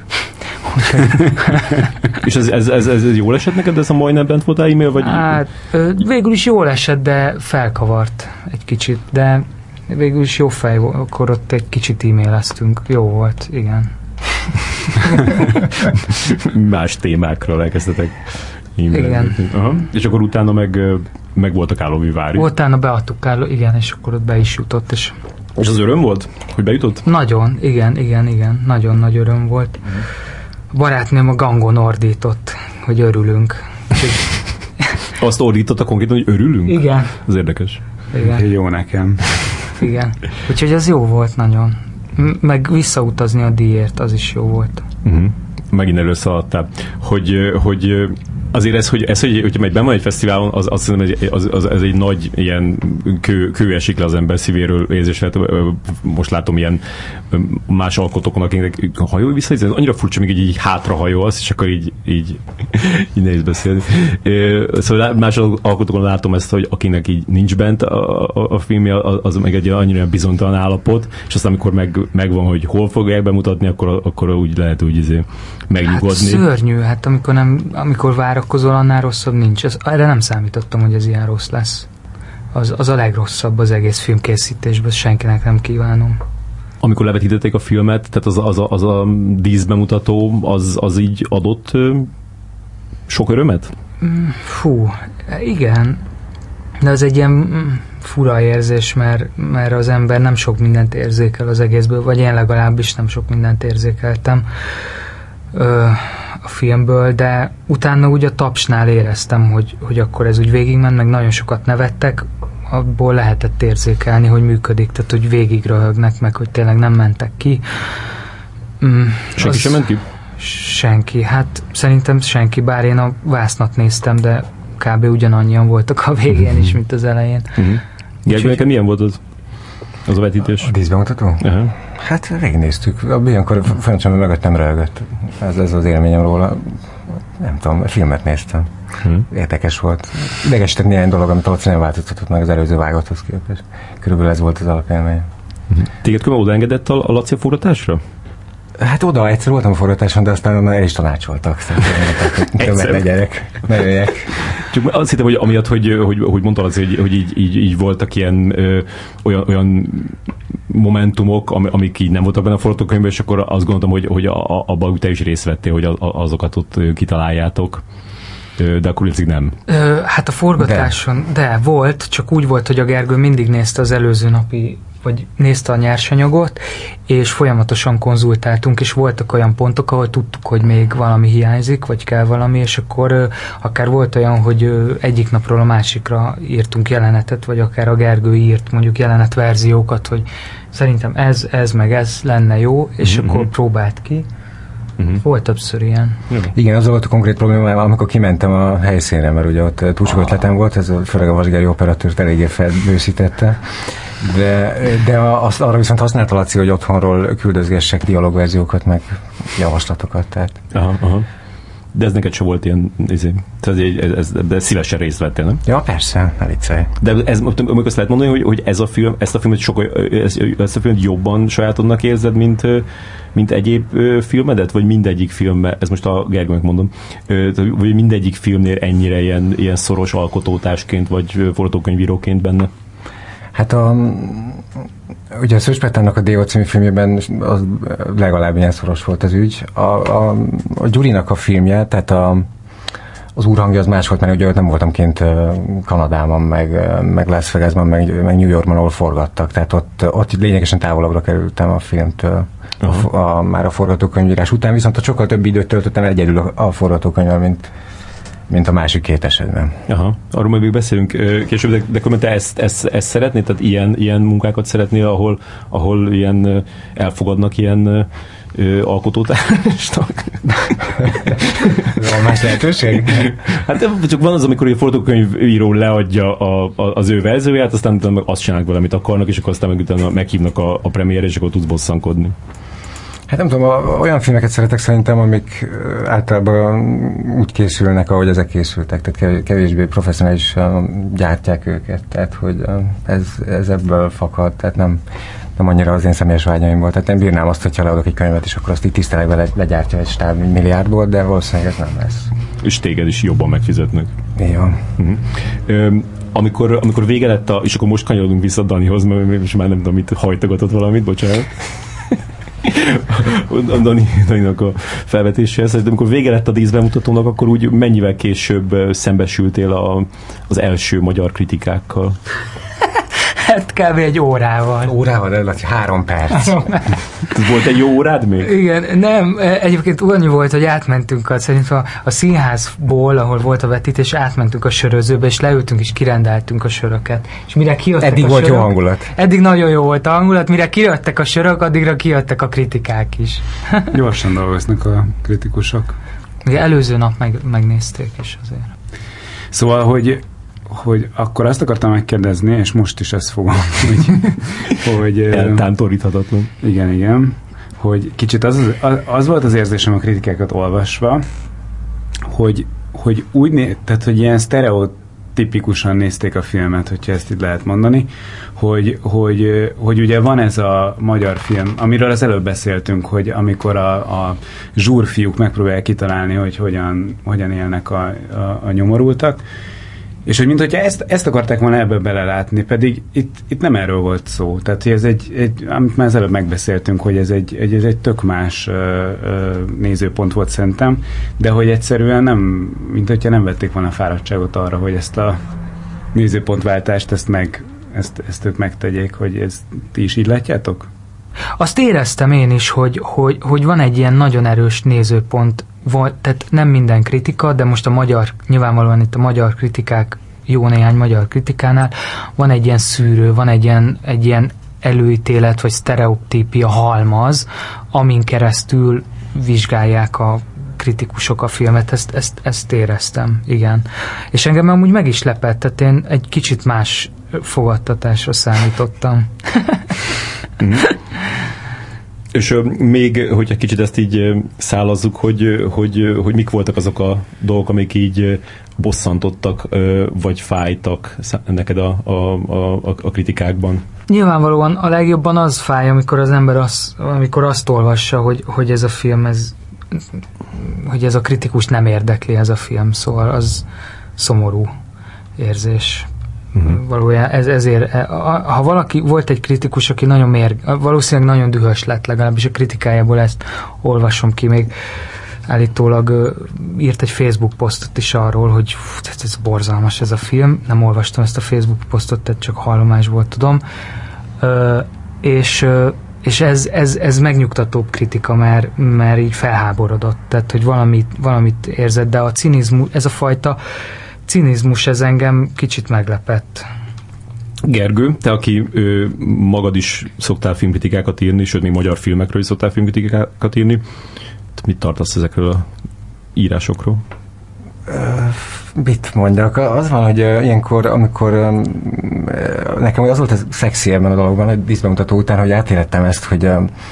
És ez jól esett neked, ez a majdnem bent voltál e-mail, vagy? Hát, végül is jól esett, de felkavart egy kicsit, de végül is jó fej, akkor ott egy kicsit e-maileztünk. Jó volt, igen. Más témákról elkezdtetek e-mailezni. Igen. Aha. És akkor utána meg volt a Karlovy-Vary. Utána beadtuk igen, és akkor ott be is jutott. És az öröm volt, hogy bejutott? Nagyon, igen. Nagyon nagy öröm volt. A barátnőm a gangon ordított, hogy örülünk. Azt ordította konkrétan, hogy örülünk? Igen. Ez érdekes. Igen. Jó nekem. Igen. Úgyhogy az jó volt nagyon. Meg visszautazni a díjért, az is jó volt. Megint előszaladtál. Hogy azért hogyha megy benn van egy fesztiválon, az egy nagy ilyen kő esik le az ember szívéről érzésre. Most látom ilyen más alkotokon, akiknek hajol vissza, ez annyira furcsa, még így hátrahajolsz, és akkor így nehéz beszélni. Szóval más alkotokon látom ezt, hogy akinek így nincs bent a filmje, az meg egy annyira bizonytalan állapot, és aztán amikor megvan, hogy hol fogják bemutatni, akkor úgy lehet úgy megnyugodni. Hát szörnyű, hát amikor várakozol, annál rosszabb nincs. Erre nem számítottam, hogy ez ilyen rossz lesz. Az a legrosszabb az egész filmkészítésben, senkinek nem kívánom. Amikor levetítették a filmet, tehát az a díszbemutató, az így adott sok örömet? Fú, igen. De az egy ilyen fura érzés, mert az ember nem sok mindent érzékel az egészből, vagy én legalábbis nem sok mindent érzékeltem a filmből, de utána úgy a tapsnál éreztem, hogy akkor ez úgy végigment, meg nagyon sokat nevettek, abból lehetett érzékelni, hogy működik, tehát hogy végig röhögnek, meg hogy tényleg nem mentek ki. Senki sem ment ki? Senki, hát szerintem senki, bár én a Vásznat néztem, de kb. Ugyanannyian voltak a végén is, mint az elején. Gergő, neked milyen volt az a vetítés? A díszbemutató? Hát rég néztük. Ilyenkor folyamatosan mögöttem röhögött. Ez az élményem róla. Nem tudom, a filmet néztem. Érdekes volt. Idegesített néhány dolog, amit ott nem változtatott meg az előző vágotthoz képest. Körülbelül ez volt az alapélmény. Téged külön odaengedett a Laci a forgatásra? Hát oda egyszer voltam a forgatáson, de aztán el is tanácsoltak. Többet ne gyerek, ne jöjjek. Csak azt hittem, hogy amiatt, hogy mondtad az, hogy így voltak ilyen olyan momentumok, amik így nem voltak benne a forgatókönyvben, és akkor azt gondoltam, hogy abban te is részt vettél, hogy azokat ott kitaláljátok. De akkor így nem. Hát a forgatáson, de volt, csak úgy volt, hogy a Gergő mindig nézte az előző napi, vagy nézte a nyersanyagot, és folyamatosan konzultáltunk, és voltak olyan pontok, ahol tudtuk, hogy még valami hiányzik, vagy kell valami, és akkor akár volt olyan, hogy egyik napról a másikra írtunk jelenetet, vagy akár a Gergő írt mondjuk jelenetverziókat, hogy szerintem ez meg ez lenne jó, és akkor próbált ki. Volt többször ilyen. Igen, az volt a konkrét probléma, amikor kimentem a helyszínre, mert ugye ott túl sok ötletem volt, ez főleg a Vasgári operatőrt eléggé felbőszítette. De arra viszont használta Laci, hogy otthonról küldözgessek dialogverziókat, meg javaslatokat. Tehát. Aha. De ez neked se volt ilyen, de szívesen részt vettél, nem? Ja, persze, ne viccelj. De amikor azt lehet mondani, hogy ezt a filmet jobban sajátodnak érzed, mint egyéb filmedet? Vagy mindegyik filmben, ez most a Gergőnek mondom, vagy mindegyik filmnél ennyire ilyen szoros alkotótársként, vagy forgatókönyvíróként benne? Hát ugye a Szőcs Petrának a D.O. című filmjében az legalább ilyen szoros volt az ügy. A Gyurinak a filmje, tehát az úrhangja az más volt, mert ugye nem voltam kint Kanadában, meg Las Vegasban, meg New Yorkban, ahol forgattak. Tehát ott lényegesen távolabbra kerültem a filmtől már a forgatókönyvírás után, viszont sokkal több időt töltöttem egyedül a forgatókönyvvel, mint a másik két esetben. Aha, arról majd még beszélünk később, de te ezt szeretnéd? Tehát ilyen munkákat szeretnél, ahol ilyen elfogadnak ilyen alkotótársnak? Van más lehetőség? Hát csak van az, amikor a forgatókönyvíró leadja az ő verzióját, aztán utána azt csinálnak vele, amit akarnak, és akkor aztán utána meghívnak a premierre, és akkor tudsz bosszankodni. Hát nem tudom, olyan filmeket szeretek szerintem, amik általában úgy készülnek, ahogy ezek készültek, tehát kevésbé professzionálisan gyártják őket, tehát hogy ez ebből fakad, tehát nem annyira az én személyes vágyaim volt, tehát nem bírnám azt, hogyha leadok egy könyvet, és akkor azt így tisztelegbe legyártja egy stáb milliárdból, de valószínűleg ez nem lesz. És téged is jobban megfizetnek. Igen. Amikor vége lett és akkor most kanyarodunk vissza Danihoz, mert most már nem tudom, mit hajtogatott valamit, bocsánat. Daninak a felvetéséhez, de amikor vége lett a díszbemutatónak, akkor úgy mennyivel később szembesültél az első magyar kritikákkal? Hát kb. Egy órával. Órával, de 3 perc. Volt egy jó órád még? Igen, nem. Egyébként annyi volt, hogy átmentünk szerintem a színházból, ahol volt a vetítés, átmentünk a sörözőbe, és leültünk, és kirendeltünk a söröket. És mire kijöttek eddig volt jó hangulat. Eddig nagyon jó volt a hangulat, mire kijöttek a sörök, addigra kijöttek a kritikák is. Gyorsan dolgoznak a kritikusok. Ugye előző nap megnézték is azért. Szóval, hogy akkor azt akartam megkérdezni, és most is ezt fogom, hogy eltántoríthatatlan. Igen, hogy kicsit az volt az érzésem a kritikákat olvasva, hogy úgy tehát, hogy ilyen sztereotipikusan nézték a filmet, hogyha ezt így lehet mondani, hogy ugye van ez a magyar film, amiről az előbb beszéltünk, hogy amikor a zsúrfiúk megpróbálják kitalálni, hogy hogyan élnek a nyomorultak, és hogy mintha ezt akarták volna ebbe belelátni, pedig itt nem erről volt szó. Tehát, hogy ez amit már az előbb megbeszéltünk, hogy ez egy tök más nézőpont volt szerintem, de hogy egyszerűen mint hogyha nem vették volna a fáradtságot arra, hogy ezt a nézőpontváltást ezt ők megtegyék, hogy ezt ti is így látjátok? Azt éreztem én is, hogy van egy ilyen nagyon erős nézőpont, tehát nem minden kritika, de most nyilvánvalóan itt a magyar kritikák, jó néhány magyar kritikánál van egy ilyen szűrő, van egy ilyen előítélet, vagy sztereotípia halmaz, amin keresztül vizsgálják a kritikusok a filmet, ezt éreztem, igen. És engem amúgy meg is lepett, tehát én egy kicsit más fogadtatásra számítottam. És még, hogyha kicsit ezt így szálazzuk, hogy mik voltak azok a dolgok, amik így bosszantottak, vagy fájtak neked a kritikákban? Nyilvánvalóan a legjobban az fáj, amikor az ember amikor azt olvassa, hogy ez a film, hogy ez a kritikus nem érdekli ez a film, szóval az szomorú érzés. Valójában ezért, ha valaki volt egy kritikus, aki nagyon valószínűleg nagyon dühös lett, legalábbis a kritikájából ezt olvasom ki, még állítólag írt egy Facebook posztot is arról, hogy ez borzalmas ez a film, nem olvastam ezt a Facebook posztot, tehát csak hallomásból tudom, és ez megnyugtatóbb kritika, mert így felháborodott, tehát hogy valamit érzett, de a cinizmus, ez a fajta cinizmus, ez engem kicsit meglepett. Gergő, te, aki magad is szoktál filmkritikákat írni, sőt, még magyar filmekről is szoktál filmkritikákat írni, mit tartasz ezekről a írásokról? Mit mondjak? Az van, hogy ilyenkor, amikor nekem az volt a szexi ebben a dologban, a díszbemutató után, hogy átélettem ezt, hogy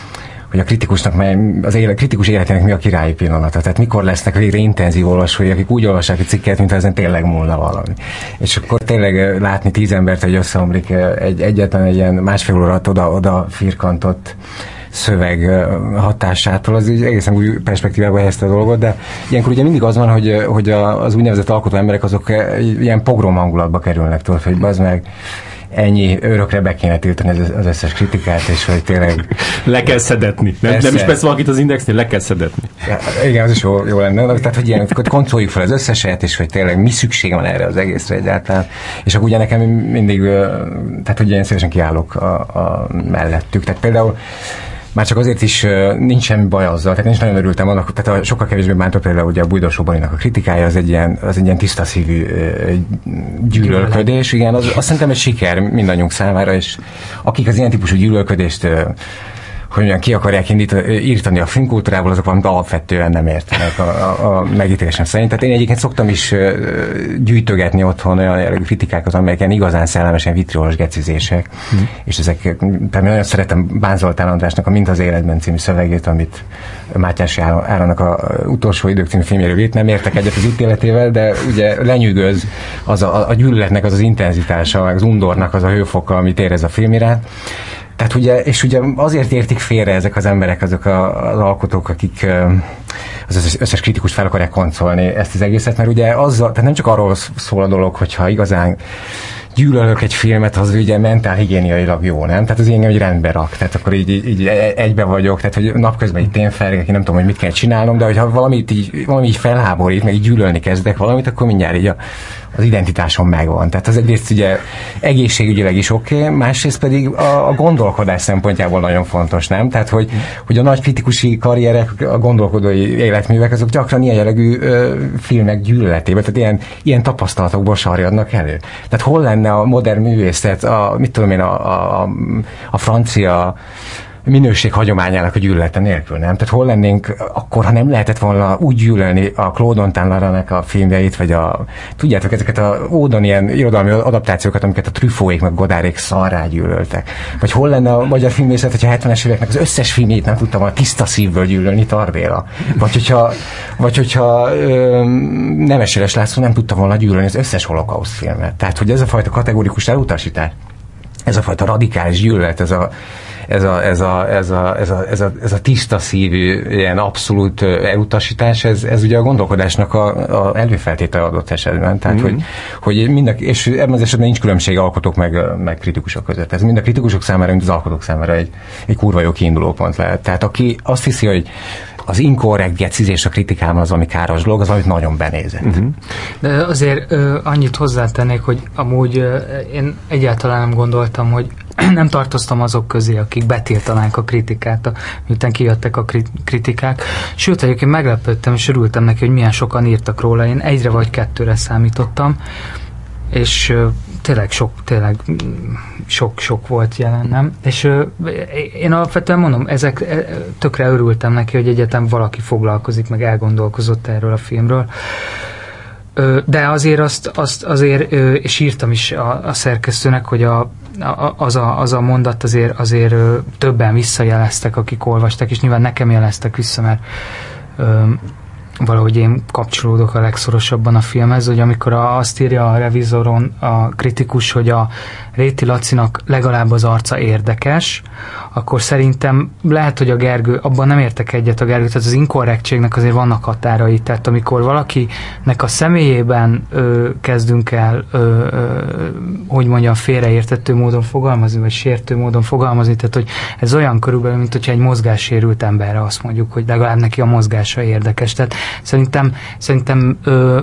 a kritikusnak, kritikus életének mi a királyi pillanata. Tehát mikor lesznek végre intenzív olvasói, akik úgy olvassák egy cikket, mint ezen tényleg múlna valami. És akkor tényleg látni 10 embert, hogy összeomlik egyetlen egy ilyen másfél órát oda firkantott szöveg hatásától, az így egészen új perspektívába helyezte a dolgot, de ilyenkor ugye mindig az van, hogy az úgynevezett alkotó emberek azok ilyen pogrom hangulatba kerülnek, tudod, hogy az meg ennyi, örökre be kéne tiltani az összes kritikát, és hogy tényleg... Le kell szedetni. Nem is persze valakit az Indexnél, le kell szedetni. Ja, igen, az is jó lenne. Tehát, hogy ilyen, koncoljuk fel az összeset, és hogy tényleg mi szükség van erre az egészre egyáltalán. És akkor ugye nekem mindig, tehát hogy én szívesen kiállok a mellettük. Tehát például már csak azért is nincs semmi baj azzal, tehát én is nagyon örültem annak, tehát sokkal kevésbé bántott például ugye a Bújdosó Balinak a kritikája, az egy ilyen tiszta szívű gyűlölködés, igen, azt szerintem egy siker mindannyiunk számára, és akik az ilyen típusú gyűlölködést hogy olyan ki akarják írtani a filmkultúrából, azok valamit alapvetően nem értenek a megítélésem szerint. Tehát én egyébként szoktam is gyűjtögetni otthon olyan jellegű kritikákat, amelyeken igazán szellemesen vitriolos gecizések, és ezek, tehát nagyon szeretem Bán Zoltán Andrásnak a Mint az életben című szövegét, amit Mátyási Árának a Utolsó idők című filmjéről írt, nem értek egyet az ítéletével, de ugye lenyűgöz az a gyűlöletnek az intenzitása, az undornak az a hőfoka, amit érez a film iránt. Tehát ugye azért értik félre ezek az emberek, azok az alkotók, akik az összes kritikus fel akarják koncolni ezt az egészet, mert ugye tehát nem csak arról szól a dolog, hogyha igazán gyűlölök egy filmet, az ugye mentálhigiéniailag jó, nem? Tehát az ilyen, hogy rendbe rak, tehát akkor így egybe vagyok, tehát hogy napközben így tényfelgek, én nem tudom, hogy mit kell csinálnom, de hogyha valami így felháborít, meg így gyűlölni kezdek valamit, akkor mindjárt így az identitásom megvan. Tehát az egyrészt ugye egészségügyileg is oké, másrészt pedig a gondolkodás szempontjából nagyon fontos, nem? Tehát, hogy a nagy kritikusi karrierek, a gondolkodói életművek, azok gyakran ilyen jellegű filmek gyűlöletében, tehát ilyen tapasztalatokból sarjadnak elő. Tehát hol lenne a modern művészet, mit tudom én, a francia minőség hagyományának a gyűlölete nélkül, nem? Tehát hol lennénk akkor, ha nem lehetett volna úgy gyűlölni a Claude Montanának a filmjeit, vagy tudjátok, ezeket a ódon ilyen irodalmi adaptációkat, amiket a Truffautsék meg Godárék szarrá gyűlöltek. Vagy hol lenne a magyar filmészet, hogyha 70-es éveknek az összes filmjét nem tudtam volna tiszta szívből gyűlölni, Tarbéla. Vagy hogyha Nemes László nem tudta volna gyűlölni az összes holokauszt filmet. Tehát, hogy ez a fajta kategórikus elutasítás, ez a fajta radikális gyűlölet, ez a tiszta szívű, ilyen abszolút elutasítás, ez ugye a gondolkodásnak a előfeltétele adott esetben. Tehát, hogy és ebben az esetben nincs különbség alkotók meg kritikusok között. Ez mind a kritikusok számára, mint az alkotók számára egy kurva jó kiinduló pont lehet. Tehát aki azt hiszi, hogy az inkorrekt gecizés a kritikában az, ami káros dolog, az, amit nagyon benézett. De azért annyit hozzátennék, hogy amúgy én egyáltalán nem gondoltam, hogy nem tartoztam azok közé, akik betiltanák a kritikát, miután kijöttek a kritikák. Sőt, egyébként meglepődtem, és örültem neki, hogy milyen sokan írtak róla. Én 1 vagy 2 számítottam, és tényleg sok volt jelen, nem? És én alapvetően mondom, tökre örültem neki, hogy egyetem valaki foglalkozik, meg elgondolkozott erről a filmről. De azért és írtam is a szerkesztőnek, hogy az a mondat azért többen visszajeleztek, akik olvastak, és nyilván nekem jeleztek vissza, mert valahogy én kapcsolódok a legszorosabban a filmhez, hogy amikor azt írja a Revizoron a kritikus, hogy a Réti Lacinak legalább az arca érdekes, akkor szerintem lehet, hogy a Gergő, abban nem értek egyet a Gergő, tehát az inkorrektségnek azért vannak határai, tehát amikor valakinek a személyében kezdünk el, hogy mondjam, félreértető módon fogalmazni, vagy sértő módon fogalmazni, tehát hogy ez olyan körülbelül, mint hogyha egy mozgássérült emberre azt mondjuk, hogy legalább neki a mozgása érdekes. Tehát szerintem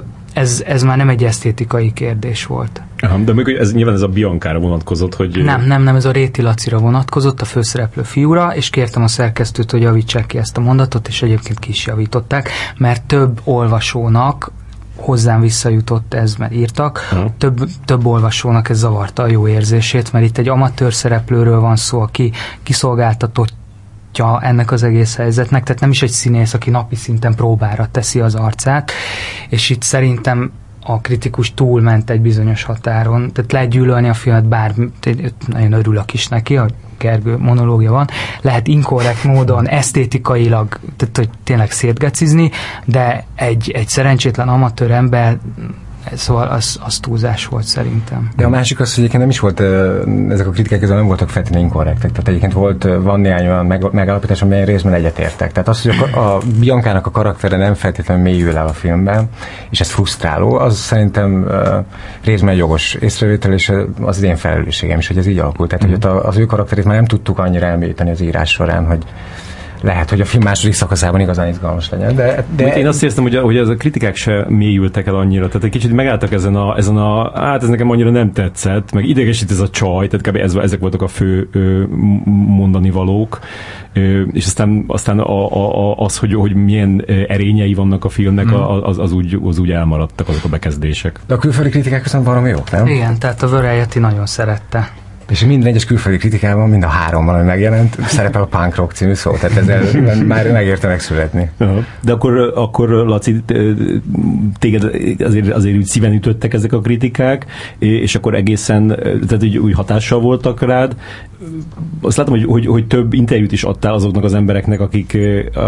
ez már nem egy esztétikai kérdés volt. Aha, de még nyilván ez a Biancára vonatkozott, hogy... Nem, ez a Réti Lacira vonatkozott, a főszereplő fiúra, és kértem a szerkesztőt, hogy javítsák ki ezt a mondatot, és egyébként ki is javították, mert több olvasónak hozzám visszajutott ez, mert írtak, több olvasónak ez zavarta a jó érzését, mert itt egy amatőr szereplőről van szó, aki kiszolgáltatott ennek az egész helyzetnek, tehát nem is egy színész, aki napi szinten próbára teszi az arcát, és itt szerintem a kritikus túlment egy bizonyos határon, tehát lehet gyűlölni a filmet, bár nagyon örülök is neki, a Gergő monológia van, lehet inkorrekt módon, esztétikailag, tehát hogy tényleg szétgecizni, de egy szerencsétlen amatőr ember, szóval az túlzás volt szerintem. De a másik az, hogy egyébként nem is volt, ezek a kritikák közül nem voltak feltétlenül inkorrektek. Tehát egyébként van néhány olyan megállapítás, amelyen részben egyetértek. Tehát az, hogy a Biancának a karaktere nem feltétlenül mélyül el a filmben, és ez frusztráló, az szerintem részben jogos észrevétel, és az én felelősségem is, hogy ez így alakult. Tehát, hogy az ő karakterét már nem tudtuk annyira elmélyíteni az írás során, hogy lehet, hogy a film második szakaszában igazán izgalmas legyen. De én azt érzem, hogy ez a kritikák se mélyültek el annyira, tehát egy kicsit megálltak ezen a hát ez nekem annyira nem tetszett, meg idegesít ez a csaj, tehát kb. Ezek voltak a fő mondani valók, és aztán az, hogy milyen erényei vannak a filmnek, az úgy elmaradtak azok a bekezdések. De a külföldi kritikák viszont valami jók, nem? Igen, tehát a Vörellyeti nagyon szerette. És minden egyes külföldi kritikában, mind a háromban, ami megjelent, szerepel a Punk Rock című szó, tehát ezzel már megérte megszületni. De akkor Laci, téged azért úgy szíven ütöttek ezek a kritikák, és akkor egészen, tehát úgy hatással voltak rád. Azt látom, hogy több interjút is adtál azoknak az embereknek, akik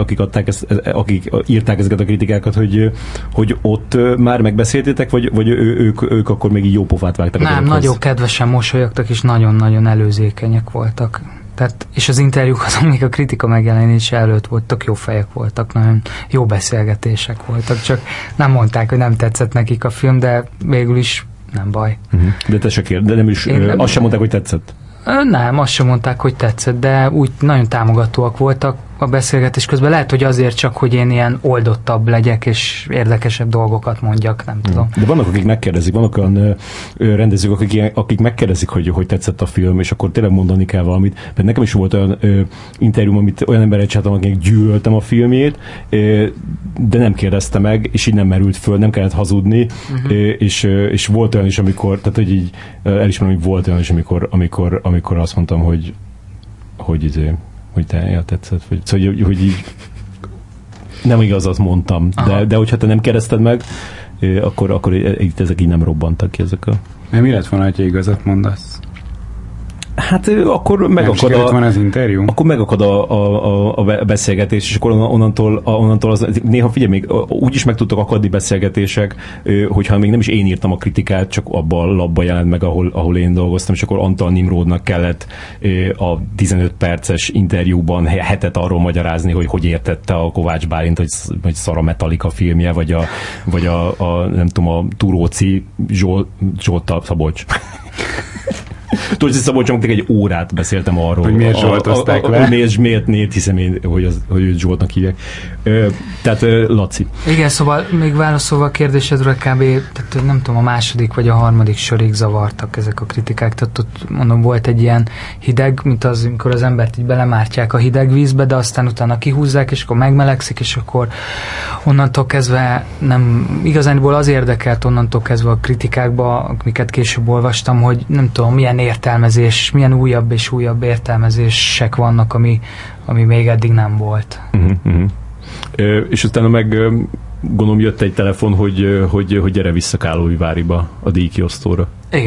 írták ezeket a kritikákat, hogy ott már megbeszéltétek, vagy ők akkor még így jó pofát vágtak? Nem, nagyon kedvesen mosolyogtak, és nagyon-nagyon előzékenyek voltak. Tehát, és az interjúk azon még a kritika megjelenése előtt voltak, jó fejek voltak, nagyon jó beszélgetések voltak, csak nem mondták, hogy nem tetszett nekik a film, de végül is nem baj. De te se kérd, de nem is, azt sem mondták, hogy tetszett? Nem, azt sem mondták, hogy tetszett, de úgy nagyon támogatóak voltak a beszélgetés közben. Lehet, hogy azért csak, hogy én ilyen oldottabb legyek, és érdekesebb dolgokat mondjak, nem tudom. De vannak, akik megkérdezik, vannak olyan rendezők, akik megkérdezik, hogy tetszett a film, és akkor tényleg mondani kell valamit. Mert nekem is volt olyan interjúm, amit olyan emberrel csináltam, akik gyűlöltem a filmjét, de nem kérdezte meg, és így nem merült föl, nem kellett hazudni, és volt olyan is, amikor, tehát hogy így elismerem, hogy volt olyan is, amikor azt mondtam, hogy te tetszett, szóval, hogy így nem igazat mondtam, de hogyha te nem kérdezted meg, akkor ezek így nem robbantak ki ezek a... Mi lett volna, hogyha igazat mondasz? Hát akkor megakad az interjú? Akkor megakad a beszélgetés, és akkor onnantól az, néha figyelj, még úgy is meg tudtak akadni beszélgetések, hogyha még nem is én írtam a kritikát, csak abban a labban jelent meg, ahol én dolgoztam, és akkor Antal Nimrodnak kellett a 15 perces interjúban hetet arról magyarázni, hogy értette a Kovács Bálint, hogy szar a Metallica filmje, vagy a nem tudom, a Turóci Zsoltal Szabolcs. Tudod, hogy Szabolcsomnak egy órát beszéltem arról, hogy miért Zsoltozták le. Miért hiszem én, hogy őt Zsoltnak hívják. Tehát Laci. Igen, szóval még válaszolva a kérdésedről kb. Tehát nem tudom, a második vagy a harmadik sorig zavartak ezek a kritikák. Tehát ott mondom, volt egy ilyen hideg, mint az, amikor az embert így belemártják a hideg vízbe, de aztán utána kihúzzák, és akkor megmelegszik, és akkor onnantól kezdve nem, igazából az érdekelt onnantól kezdve a kritikákba, amiket később olvastam, hogy nem tudom, milyen értelmezés, milyen újabb és újabb értelmezések vannak, ami még eddig nem volt. És utána meg gondolom jött egy telefon, hogy gyere vissza Káloviváriba a díjkiosztóra.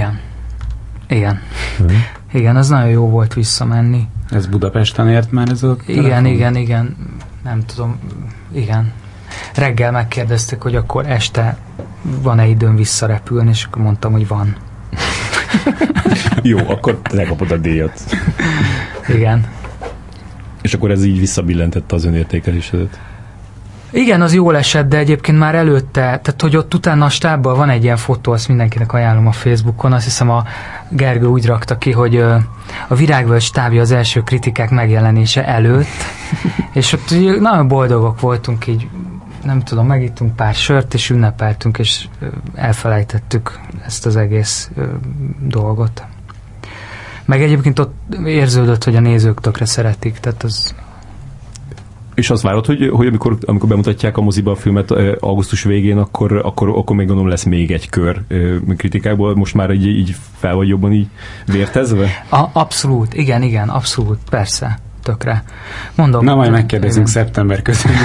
Igen. Igen, az nagyon jó volt visszamenni. Ez Budapesten ért már ez a telefon? Igen. Nem tudom. Igen. reggel megkérdezték, hogy akkor este van-e időm visszarepülni, és akkor mondtam, hogy van. Jó, akkor lekapod a díjat. Igen. És akkor ez így visszabillentette az önértékelésedet? Igen, az jól esett, de egyébként már előtte, tehát hogy ott utána a stábban van egy ilyen fotó, azt mindenkinek ajánlom a Facebookon, azt hiszem a Gergő úgy rakta ki, hogy a Virágvölgy stábja az első kritikák megjelenése előtt, és ott nagyon boldogok voltunk, így nem tudom, megittunk pár sört, és ünnepeltünk, és elfelejtettük ezt az egész dolgot. Meg egyébként ott érződött, hogy a nézők tökre szeretik, tehát az... És azt várod, hogy amikor bemutatják a moziba a filmet augusztus végén, akkor még gondolom lesz még egy kör kritikából, most már így fel vagy jobban így vértezve? Abszolút, igen, abszolút, persze, tökre. Mondom. Na, majd megkérdezünk szeptember közben.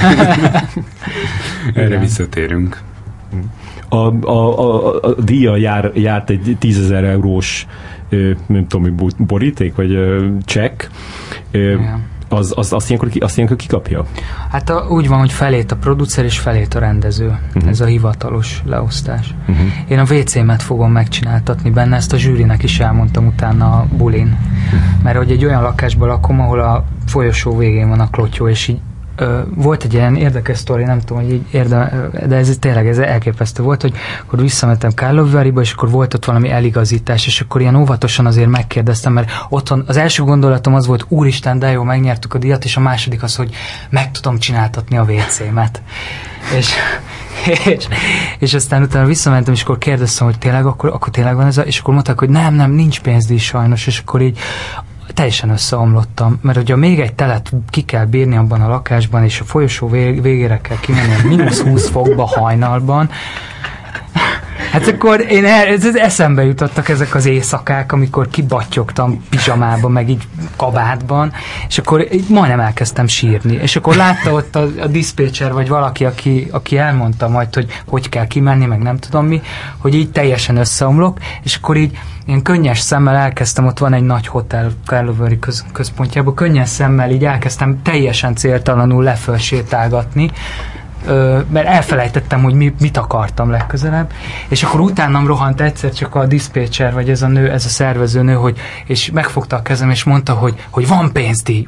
Erre visszatérünk. A díja járt egy 10 000 eurós nem tudom, boríték, vagy csekk. Azt ilyenkor kikapja? Hát úgy van, hogy felét a producer és felét a rendező. Ez a hivatalos leosztás. Én a WC-met fogom megcsináltatni benne, ezt a zsűrinek is elmondtam utána a bulin. Mert hogy egy olyan lakásban lakom, ahol a folyosó végén van a klotyó, és így volt egy ilyen érdekes sztori, nem tudom, hogy így de ez tényleg ez elképesztő volt, hogy akkor visszamentem Karlovy-Varyba, és akkor volt ott valami eligazítás, és akkor ilyen óvatosan azért megkérdeztem, mert otthon az első gondolatom az volt, úristen, de jó, megnyertük a díjat, és a második az, hogy meg tudom csináltatni a WC-met. És aztán utána visszamentem, és akkor kérdeztem, hogy tényleg akkor tényleg van ez és akkor mondták, hogy nem, nincs pénzdíj sajnos, és akkor így teljesen összeomlottam, mert hogyha még egy telet ki kell bírni abban a lakásban, és a folyosó végére kell kimenni a mínusz 20 fokba hajnalban, hát akkor eszembe jutottak ezek az éjszakák, amikor kibattyogtam pizsamába, meg így kabátban, és akkor majdnem elkezdtem sírni. És akkor látta ott a diszpécser, vagy valaki, aki elmondta majd, hogy kell kimenni, meg nem tudom mi, hogy így teljesen összeomlok, és akkor így ilyen könnyes szemmel elkezdtem, ott van egy nagy hotel Karlovy központjában, könnyes szemmel így elkezdtem teljesen céltalanul lefölsétálgatni, mert elfelejtettem, hogy mit akartam legközelebb, és akkor utánam rohant egyszer csak a diszpécser, vagy ez a szervezőnő, és megfogta a kezem, és mondta, hogy van pénzdíj,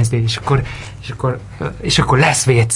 és akkor lesz WC.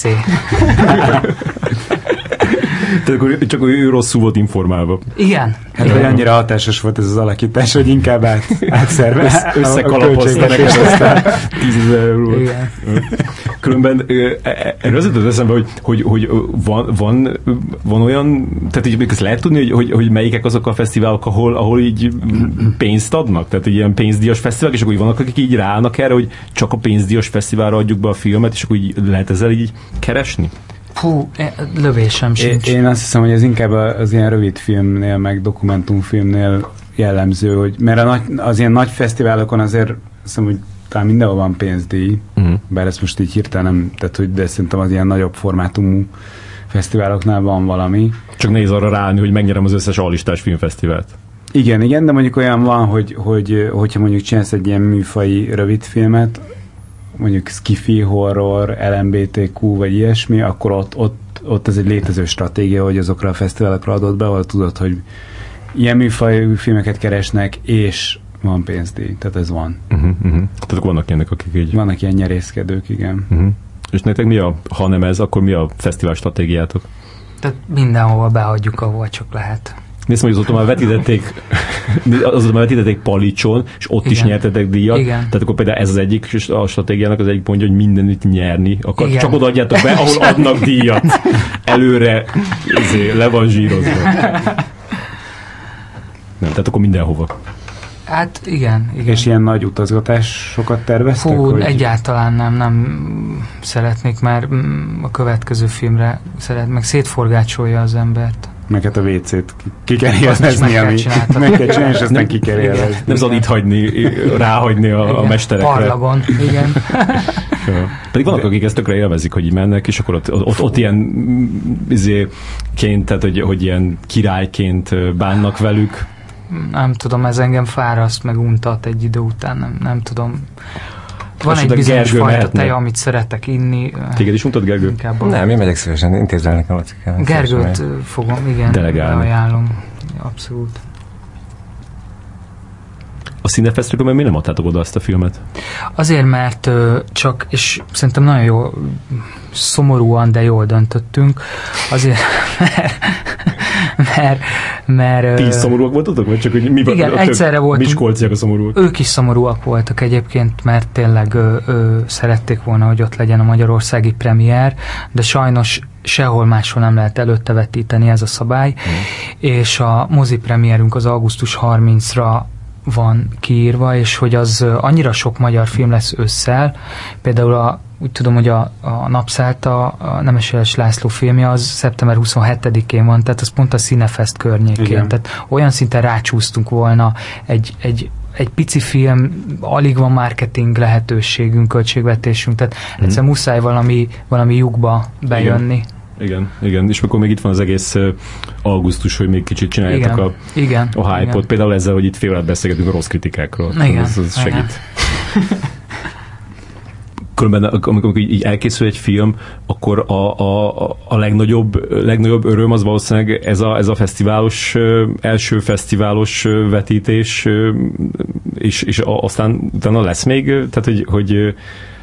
Tehát akkor csak ő rosszul volt informálva. Igen. Hát vagy annyira hatásos volt ez az alakítás, hogy inkább összekalapozta neked aztán 10 000 eurót. Igen. Különben erről az jutott eszembe, hogy van olyan, tehát így ezt lehet tudni, hogy melyikek azok a fesztiválok, ahol így pénzt adnak? Tehát ilyen pénzdíjas fesztiválok, és akkor vannak, akik így ráállnak erre, hogy csak a pénzdíjas fesztiválra adjuk be a filmet, és akkor így lehet ezzel így keresni? Hú, lövésem sincs. Én azt hiszem, hogy ez inkább az ilyen rövid filmnél, meg dokumentumfilmnél jellemző, hogy mert az ilyen nagy fesztiválokon azért azt hiszem, hogy talán mindenhol van pénzdíj, bár ezt most így hirtelen nem, tehát, hogy de szerintem az ilyen nagyobb formátumú fesztiváloknál van valami. Csak nehéz arra ráállni, hogy megnyerem az összes alistás filmfesztivált. Igen, de mondjuk olyan van, hogyha mondjuk csinálsz egy ilyen műfaji rövid filmet, mondjuk skifi, horror, LMBTQ vagy ilyesmi, akkor ott ez egy létező stratégia, hogy azokra a fesztiválokra adott be, ahol tudod, hogy ilyen műfajú filmeket keresnek, és van pénzdíj, tehát ez van. Tehát vannak ilyenek, akik így... Vannak ilyen nyerészkedők, igen. És nektek ha nem ez, akkor mi a fesztivál stratégiátok? Tehát mindenhova behagyjuk, ahol csak lehet. Nézd, hogy azóta már vetítették Palicson, és ott is nyertetek díjat. Igen. Tehát akkor például ez az egyik a stratégiának az egyik pontja, hogy mindenütt nyerni akar. Csak odaadjátok be, ahol adnak díjat. Előre le van zsírozva. Nem, tehát akkor mindenhova. Hát igen. És ilyen nagy utazgatásokat terveztek? Hogy... egyáltalán nem szeretnék már a következő filmre meg szétforgácsolja az embert. Meg hát a WC-t ki kell élvezni, meg kell csinálni, és aztán ki kell élvezni. Nem szabad itt ráhagyni a mesterekre. Parlagon, igen. Pedig vannak, akik ezt tökre élvezik, hogy így mennek, és akkor ott ilyen tehát hogy ilyen királyként bánnak velük. Nem tudom, ez engem fáraszt, meg untat egy idő után, nem tudom. Van egy bizonyos fajta tej, amit szeretek inni. Téged is mondtad, Gergő? Nem, én megyek szívesen, intézel nekem a cikkel. Gergőt fogom, igen, ajánlom. Abszolút. A Cinefesztiválon miért nem adtátok oda azt a filmet? Azért, mert csak, és szerintem nagyon jó, szomorúan, de jól döntöttünk. Azért, mert ti is szomorúak voltatok? Vagy csak, hogy mi igen, egyszerre voltunk. Miskolciak a szomorúak? Ők is szomorúak voltak egyébként, mert tényleg szerették volna, hogy ott legyen a magyarországi premier, de sajnos sehol máshol nem lehet előtte vetíteni, ez a szabály, és a mozi premierünk az augusztus 30-ra van kiírva, és hogy az annyira sok magyar film lesz ősszel, például úgy tudom, hogy a Napszállta, a Nemes László filmje az szeptember 27-én van, tehát az pont a Cinefest környékén. Igen. Tehát olyan szinten rácsúsztunk volna egy pici film, alig van marketing lehetőségünk, költségvetésünk, tehát egyszer muszáj valami lyukba bejönni. Igen. És akkor még itt van az egész augusztus, hogy még kicsit csináljátok a hype-ot. Igen. Például ezzel, hogy itt fél órát beszélgetünk a rossz kritikákról. Ez segít. Különben, amikor így elkészül egy film, akkor a legnagyobb öröm az valószínűleg ez a fesztiválos, első fesztiválos vetítés, és aztán utána lesz még, tehát hogy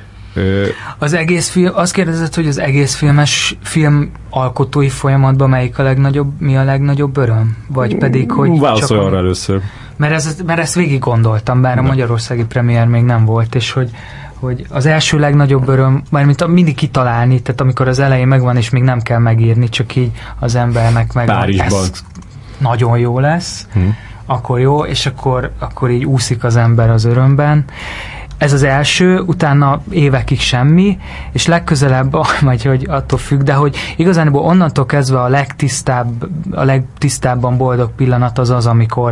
az egész film, azt kérdezett, hogy az egész film alkotói folyamatban mi a legnagyobb öröm? Vagy pedig, hogy válaszolj arra először. Mert ezt végig gondoltam, bár a magyarországi premier még nem volt, és hogy az első legnagyobb öröm, mármint mindig kitalálni, tehát amikor az elején megvan, és még nem kell megírni, csak így az embernek megvan, ez nagyon jó lesz, akkor jó, és akkor így úszik az ember az örömben. Ez az első, utána évekig semmi, és legközelebb, majd hogy attól függ, de hogy igazán onnantól kezdve a legtisztábban boldog pillanat az,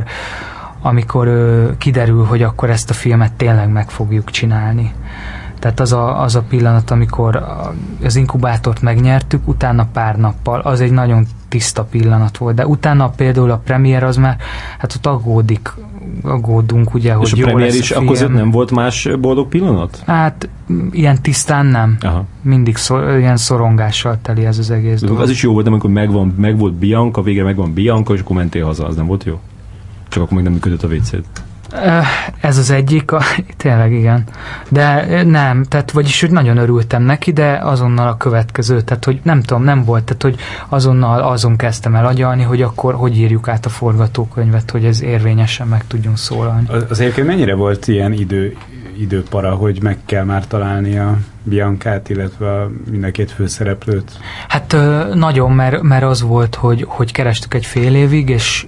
amikor kiderül, hogy akkor ezt a filmet tényleg meg fogjuk csinálni. Tehát az a pillanat, amikor az inkubátort megnyertük, utána pár nappal, az egy nagyon tiszta pillanat volt, de utána például a premier az már, hát ott aggódunk, ugye, hogy jó lesz a film. És a premier is akkor nem volt más boldog pillanat? Hát ilyen tisztán nem. Aha. Mindig ilyen szorongással teli ez az egész dolog. Az is jó volt, amikor meg volt Bianca, végre megvan Bianca, és akkor mentél haza, az nem volt jó? Csak akkor még nem működött a WC-t. Ez az egyik, tényleg igen. De nem, tehát vagyis hogy nagyon örültem neki, de azonnal a következő, tehát hogy nem tudom, nem volt, tehát hogy azon kezdtem el agyalni, hogy akkor hogy írjuk át a forgatókönyvet, hogy ez érvényesen meg tudjunk szólalni. Az egyébként mennyire volt ilyen időpara, hogy meg kell már találni a Biancát, illetve mind a két főszereplőt? Hát nagyon, mert az volt, hogy kerestük egy fél évig,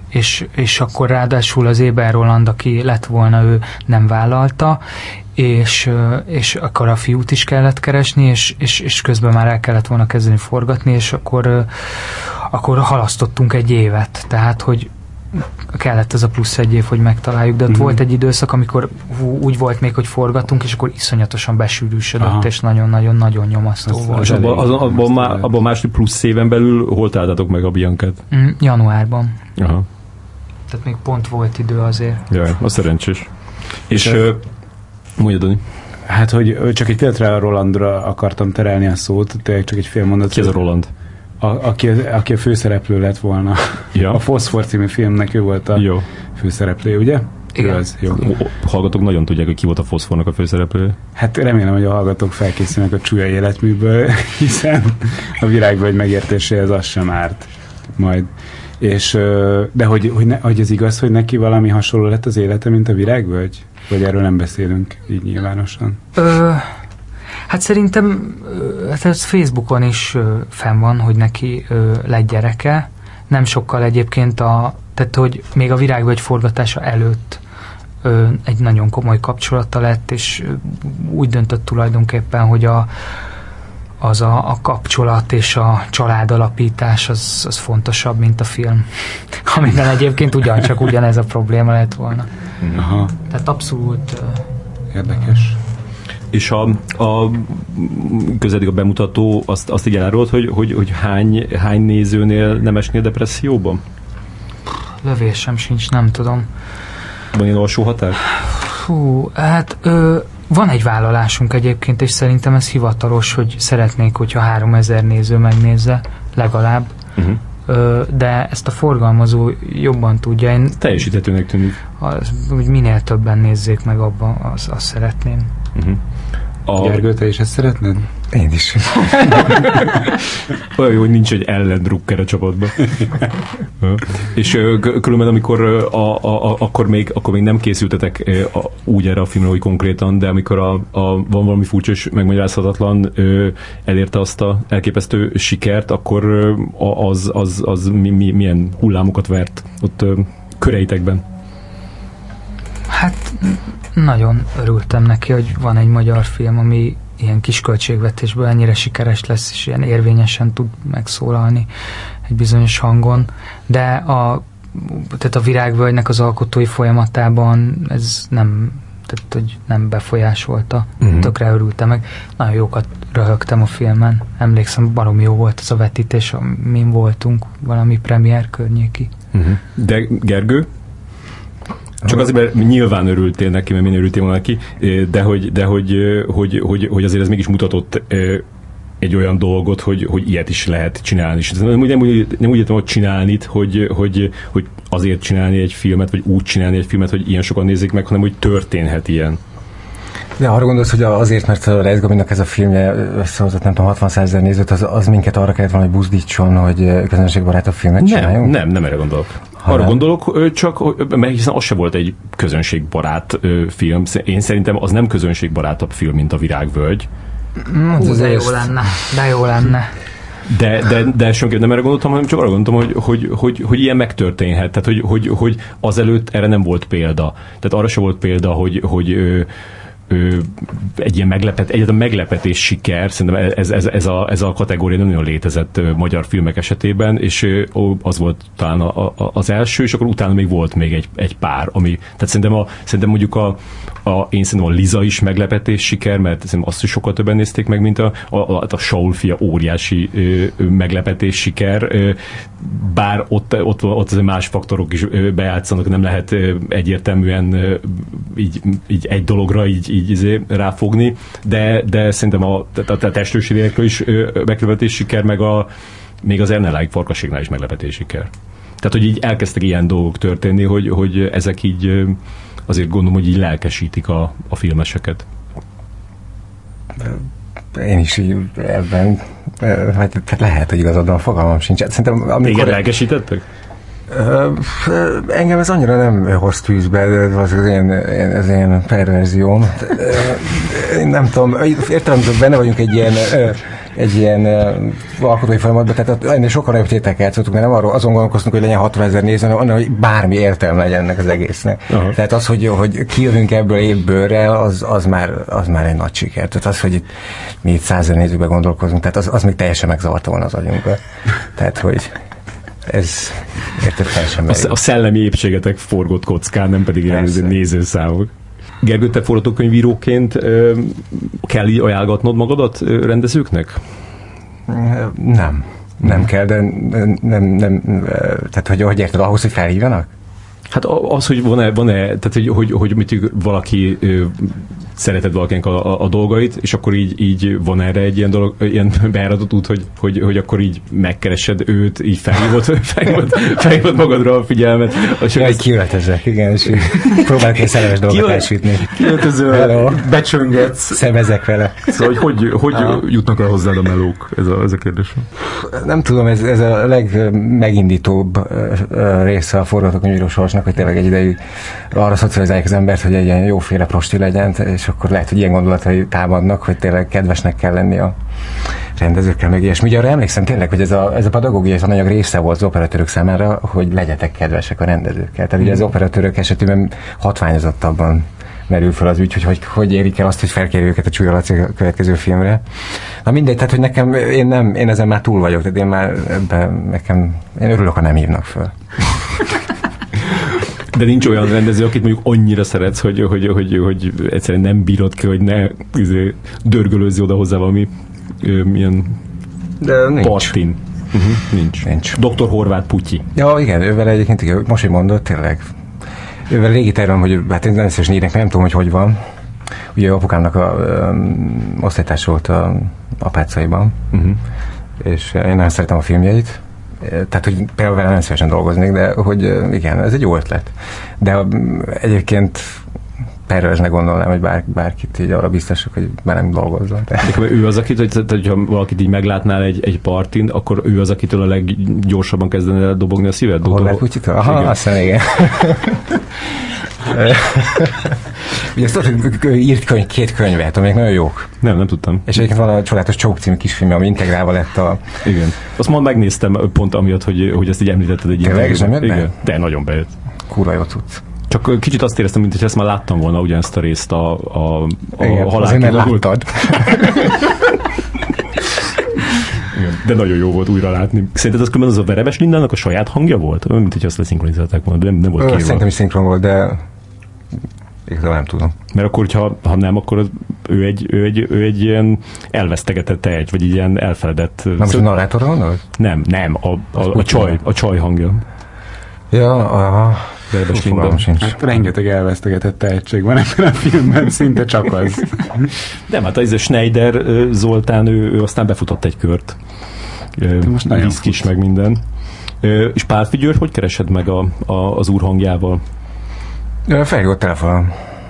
és akkor ráadásul az Éber Roland, aki lett volna, ő nem vállalta, és akkor a fiút is kellett keresni, és közben már el kellett volna kezdeni forgatni, és akkor halasztottunk egy évet, tehát, hogy kellett ez a plusz egy év, hogy megtaláljuk, de ott volt egy időszak, amikor úgy volt még, hogy forgatunk, és akkor iszonyatosan besűrűsödött, és nagyon-nagyon-nagyon nyomasztó volt. És abban második plusz éven belül hol találtatok meg a Biancát? Januárban. Aha. Tehát még pont volt idő azért. Jaj, az szerencsés. És mondja, Dani. Hát, hogy csak egy pillanatra a Rolandra akartam terelni a szót, tényleg csak egy fél mondat. Ki ez a Roland? Aki a főszereplő lett volna. Ja. A Foszfor című filmnek ő volt a főszereplő, ugye? Igen. Jó. Hallgatók nagyon tudják, hogy ki volt a Foszfornak a főszereplő. Hát remélem, hogy a hallgatók felkészülnek a Csúlya életműből, hiszen a Virágvölgy megértéséhez az sem árt majd. És, de hogy ez igaz, hogy neki valami hasonló lett az élete, mint a Virágvölgy? Vagy erről nem beszélünk így nyilvánosan? Hát szerintem ez Facebookon is fenn van, hogy neki lett gyereke. Nem sokkal egyébként tehát hogy még a Virágvölgy forgatása előtt egy nagyon komoly kapcsolata lett, és úgy döntött tulajdonképpen, hogy a kapcsolat és a családalapítás az fontosabb, mint a film. Amiben egyébként ugyanez a probléma lett volna. Aha. Tehát abszolút érdekes. És a közeledik a bemutató, azt így elárult, hogy hány nézőnél nem esnél depresszióban? Lövésem sincs, nem tudom. Van ilyen alsó határ? Hát Van egy vállalásunk egyébként, és szerintem ez hivatalos, hogy szeretnénk, hogyha 3000 néző megnézze, legalább. De ezt a forgalmazó jobban tudja. Teljesíthetőnek tűnik. Hogy minél többen nézzék meg abban, azt szeretném. Gergő, te is ezt szeretnéd? Én is. Olyan jó, hogy nincs egy ellendrukker a csapatban. És különben, amikor akkor még nem készültetek úgy erre a filmre, hogy konkrétan, de amikor van valami furcsa és megmagyarázhatatlan elérte azt a elképesztő sikert, akkor az milyen hullámokat vert ott köreitekben? Hát nagyon örültem neki, hogy van egy magyar film, ami ilyen kis költségvetésből ennyire sikeres lesz, és ilyen érvényesen tud megszólalni egy bizonyos hangon. De tehát a Virágvölgynek az alkotói folyamatában ez nem befolyásolta. Tökre örültem meg. Nagyon jókat röhögtem a filmen. Emlékszem, baromi jó volt az a vetítés, amin voltunk, valami premier környéki. De Gergő? Csak azért, mert nyilván örültél neki, mert minél örültél volna neki, de hogy azért ez mégis mutatott egy olyan dolgot, hogy ilyet is lehet csinálni. Nem úgy értem, hogy csinálni, hogy azért csinálni egy filmet, vagy úgy csinálni egy filmet, hogy ilyen sokan nézik meg, hanem hogy történhet ilyen. De arra gondolsz, hogy azért, mert a Reis Gabinak ez a filmje összehozott, nem tudom, 60 000 nézőt, az minket arra kellett volna, hogy buzdítson, hogy közönségbarátabb filmet csináljunk? Nem erre gondolok. Arra gondolok, csak, mert hiszen az se volt egy közönségbarát film. Én szerintem az nem közönségbarátabb film, mint a Virágvölgy. De jó lenne. De senki nem erre gondoltam, hanem csak arra gondoltam, hogy ilyen megtörténhet. Tehát, hogy azelőtt erre nem volt példa. Tehát arra se volt példa, hogy egy ilyen meglepetés siker, szerintem ez a kategória nem nagyon létezett magyar filmek esetében, és az volt talán az első, és akkor utána még volt még egy pár, ami, tehát szerintem mondjuk én szerintem a Liza is meglepetés siker, mert szerintem azt is sokkal többen nézték meg, mint a Saul fia óriási meglepetés siker, bár ott azért más faktorok is bejátszanak, nem lehet egyértelműen így egy dologra így ráfogni, de szerintem a testősi lélekről is meglepetés siker, meg még az Ernelláig Farkasségnál is meglepetés siker. Tehát, hogy így elkezdtek ilyen dolgok történni, hogy ezek így azért gondolom, hogy így lelkesítik a filmeseket. Én is így ebben, tehát lehet, hogy igazad van, fogalmam sincs. Szerintem, amikor értelmesítettek? Engem ez annyira nem hoz tűzbe, de az én perverzióm. Én nem tudom, értem, hogy benne vagyunk egy ilyen alkotói folyamatban, tehát ennél sokkal nagyobb tételek játszottunk, mert nem azon gondolkoztunk, hogy legyen 60 000 néző, hanem hogy bármi értelme legyen ennek az egésznek. Uh-huh. Tehát az, hogy kijövünk ebből évbőrrel, az már egy nagy siker. Tehát az, hogy mi itt 100 000 nézőben gondolkozunk, tehát az még teljesen megzavarta volna az agyunkba. Tehát, hogy ez érted teljesen a szellemi épségetek forgott kockán, nem pedig ilyen nézőszámok. Gergő, te forgatókönyvíróként kell így ajánlgatnod magadat rendezőknek? Nem kell, de nem tehát hogy érted, ahhoz, hogy felhívjanak? Hát az, hogy van-e tehát hogy valaki szereted valakinek a dolgait, és akkor így van erre egy ilyen beáratott út, hogy akkor így megkeresed őt, így felhívod magadra a figyelmet. Jaj, kiületezek, igen, és próbálok egy szerelmes dolgot elsütni. Kiületező, becsöngetsz. Szemezek vele. Szóval, hogy jutnak el hozzád a melók? Ez a kérdés. Nem tudom, ez a legmegindítóbb része a forgatókönyvíró sorsnak, hogy tényleg egy ideig arra szocializálják az embert, hogy egy ilyen jóféle prosti legyen, és akkor lehet, hogy ilyen gondolatai támadnak, hogy tényleg kedvesnek kell lenni a rendezőkkel, meg ilyesmi. Ugye arra emlékszem tényleg, hogy ez a pedagógiai anyag része volt az operatőrök számára, hogy legyetek kedvesek a rendezőkkel. Tehát ugye az operatőrök esetében hatványozottabban merül fel az ügy, hogy érik el azt, hogy felkérjük őket a Csúly Laci következő filmre. Na mindegy, tehát hogy nekem, én ezen már túl vagyok, tehát én már én örülök, ha nem hívnak föl. De nincs olyan rendező, akit mondjuk annyira szeretsz, hogy egyszerűen nem bírod ki, hogy ne dörgölőzz oda hozzá valami milyen partin. Nincs. Dr. Horváth Putyi. Ja, igen, ővel egyébként, igen, most, hogy mondod, tényleg. Ővel régi tervem, hogy hát én nem szívesen írnek, nem tudom, hogy van. ugye apukámnak osztálytársa volt a Apácaiban, és én nagyon szeretem a filmjeit, tehát, hogy például vele nem szívesen dolgoznék, de hogy igen, ez egy jó ötlet. De egyébként perversnek gondolnám, hogy bárkit így arra biztosak, hogy velem dolgozzon. Ő az, hogyha valakit így meglátnál egy partin, akkor ő az, akitől a leggyorsabban kezdene el dobogni a szíved? Horváth Putyitől? Aha, azt hiszem, igen. Ugye azt tudod, hogy írt 2 könyvet, amelyek nagyon jók. Nem tudtam. És egyébként van a Csodálatos Csók című kisfilm, ami integrálva lett a... Igen. Azt majd megnéztem pont amiatt, hogy ezt így említetted egy interjúban. Igen, de nagyon bejött. Kurva jó tudsz. Csak kicsit azt éreztem, mint hogy ezt már láttam volna ugyanezt a részt a Azért láttad. De nagyon jó volt újra látni. Szerinted az a Verebes Lindának a saját hangja volt? Olyan, mint hogy azt leszinkronizálták volna, de nem volt kérve. Szerintem is szinkron volt, de igazából nem tudom. Mert akkor, ha nem, akkor ő egy ilyen elvesztegetett vagy ilyen elfeledett... Nem most a narrátorra gondolod? Nem, a csaj hangja. Ja, Verebes Linda. Hát rengeteg elvesztegetett tehetség van ebben a filmben, szinte csak az. Nem, hát ez a Schneider Zoltán, ő aztán befutott egy kört. Most nagyon is meg minden. És Pálffy György, hogy keresed meg az úr hangjával? Felhívott telefonon.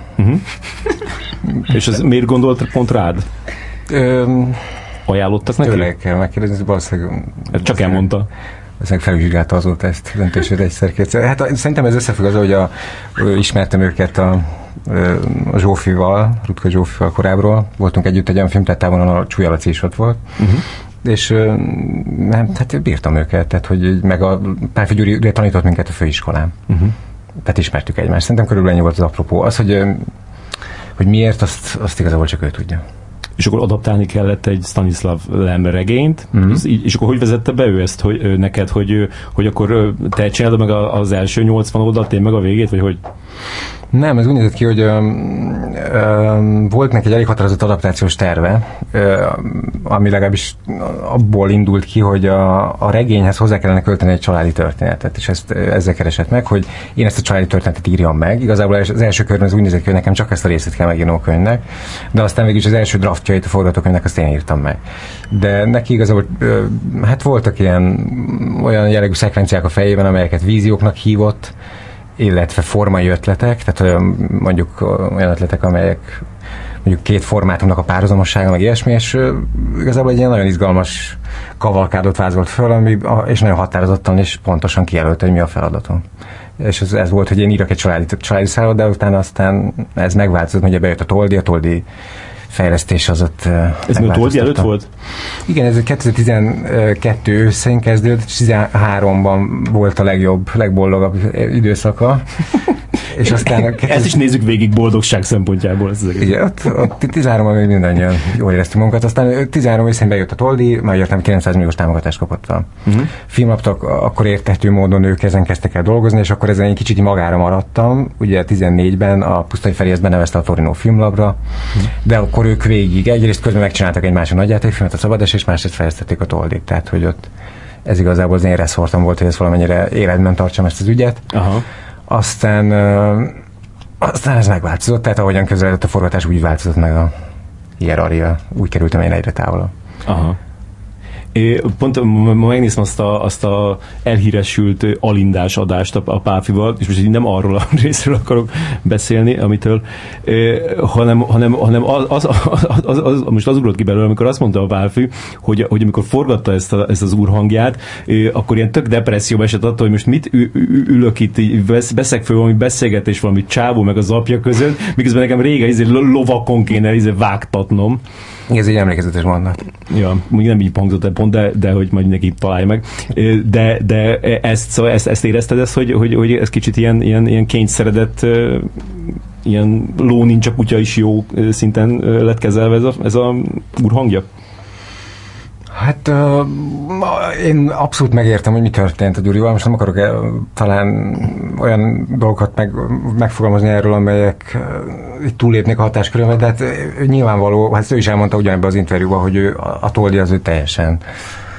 És ez miért gondolt pont rád? Ajánlottak neki? Tőle kell megkérdezni, valószínűleg... Csak elmondta. Ezek felvizsgálta azóta ezt döntését egyszer-kétszer. Hát szerintem ez összefügg az, hogy ismertem őket a Zsófival, Rutka Zsófival korábbról. Voltunk együtt egy olyan filmtettában, a Csúly Laci is ott volt. És hát bírtam őket, tehát, hogy meg a Pálffy Gyuri tanított minket a főiskolán. Tehát ismertük egymást. Szerintem körülbelül ennyi volt az apropó. Az, hogy miért, azt igazából csak ő tudja. És akkor adaptálni kellett egy Stanislav Lem regényt, és akkor hogy vezette be ő ezt neked, hogy akkor te csinálod meg az első 80 oldalt, én meg a végét, vagy hogy? Nem, ez úgy nézett ki, hogy volt neki egy elég határozott adaptációs terve, ami legalábbis abból indult ki, hogy a regényhez hozzá kellene költeni egy családi történetet, és ezzel keresett meg, hogy én ezt a családi történetet írjam meg. Igazából az első körben az úgy nézett ki, hogy nekem csak ezt a részét kell megírnom a könyvnek, de aztán végül is az első draftjait a forgatókönyvnek azt én írtam meg. De neki igazából hát voltak olyan jellegű szekvenciák a fejében, amelyeket vízióknak hívott, illetve formai ötletek, tehát mondjuk olyan ötletek, amelyek mondjuk 2 formátumnak a párhuzamossága, meg ilyesmi, és igazából egy ilyen nagyon izgalmas kavalkádot vázolt föl, és nagyon határozottan és pontosan kijelölte, hogy mi a feladatom. És ez volt, hogy én írok egy családi szállót, de utána aztán ez megváltozott, ugye bejött a Toldi fejlesztés az ott... Ez még a Toldi előtt volt? Igen, ez 2012 őszén kezdődött, 13-ban volt a legboldogabb időszaka. És aztán... Ezt is nézzük végig boldogság szempontjából. Igen, ott 13-ban még mindannyian jól éreztünk magunkat. Aztán 13 őszén bejött a Toldi, már jöttem 900 milliós támogatást kapott a filmlaptól, akkor érthető módon ők ezen kezdtek el dolgozni, és akkor ezen egy kicsit magára maradtam. Ugye 14-ben a Pusztai Feri ezt benevezte a Torino filmlapra, de akkor ők végig egyrészt közben megcsináltak egy másik nagyjátékfilmet, a Szabadás, és másrészt fejlesztették a Toldit. Tehát, hogy ott ez igazából az én reszortom volt, hogy ezt valamennyire életben tartsam ezt az ügyet. Aha. Aztán ez megváltozott, tehát ahogyan közeledett a forgatás, úgy változott meg a hierarchia, úgy kerültem én egyre távolabb. Aha. Pont ma megnéztem azt a elhíresült Alindás adást a Pálffyval, és most nem arról a részről akarok beszélni, amitől, hanem most az ugrott ki belőle, amikor azt mondta a Pálffy, hogy amikor forgatta ezt az úrhangját, akkor ilyen tök depresszióba esett attól, hogy most mit ülök itt, veszek föl valami beszélgetés, valami csávó meg az apja között, miközben nekem régen lovakon kéne vágtatnom. Ez egy emlékezetes mondat. Ja, még nem így hangzott pont, de hogy majd neki találj meg. De ezt érezted, hogy ez kicsit ilyen kényszeredett, ilyen ló nincs a kutya is jó szinten lett kezelve ez a úrhangja? Hát én abszolút megértem, hogy mi történt a Gyurival. Most nem akarok talán olyan dolgokat megfogalmazni erről, amelyek túllépnék a hatáskörömet, de hát nyilvánvaló, hát ő is elmondta ugyanebben az interjúban, hogy a Toldi az ő teljesen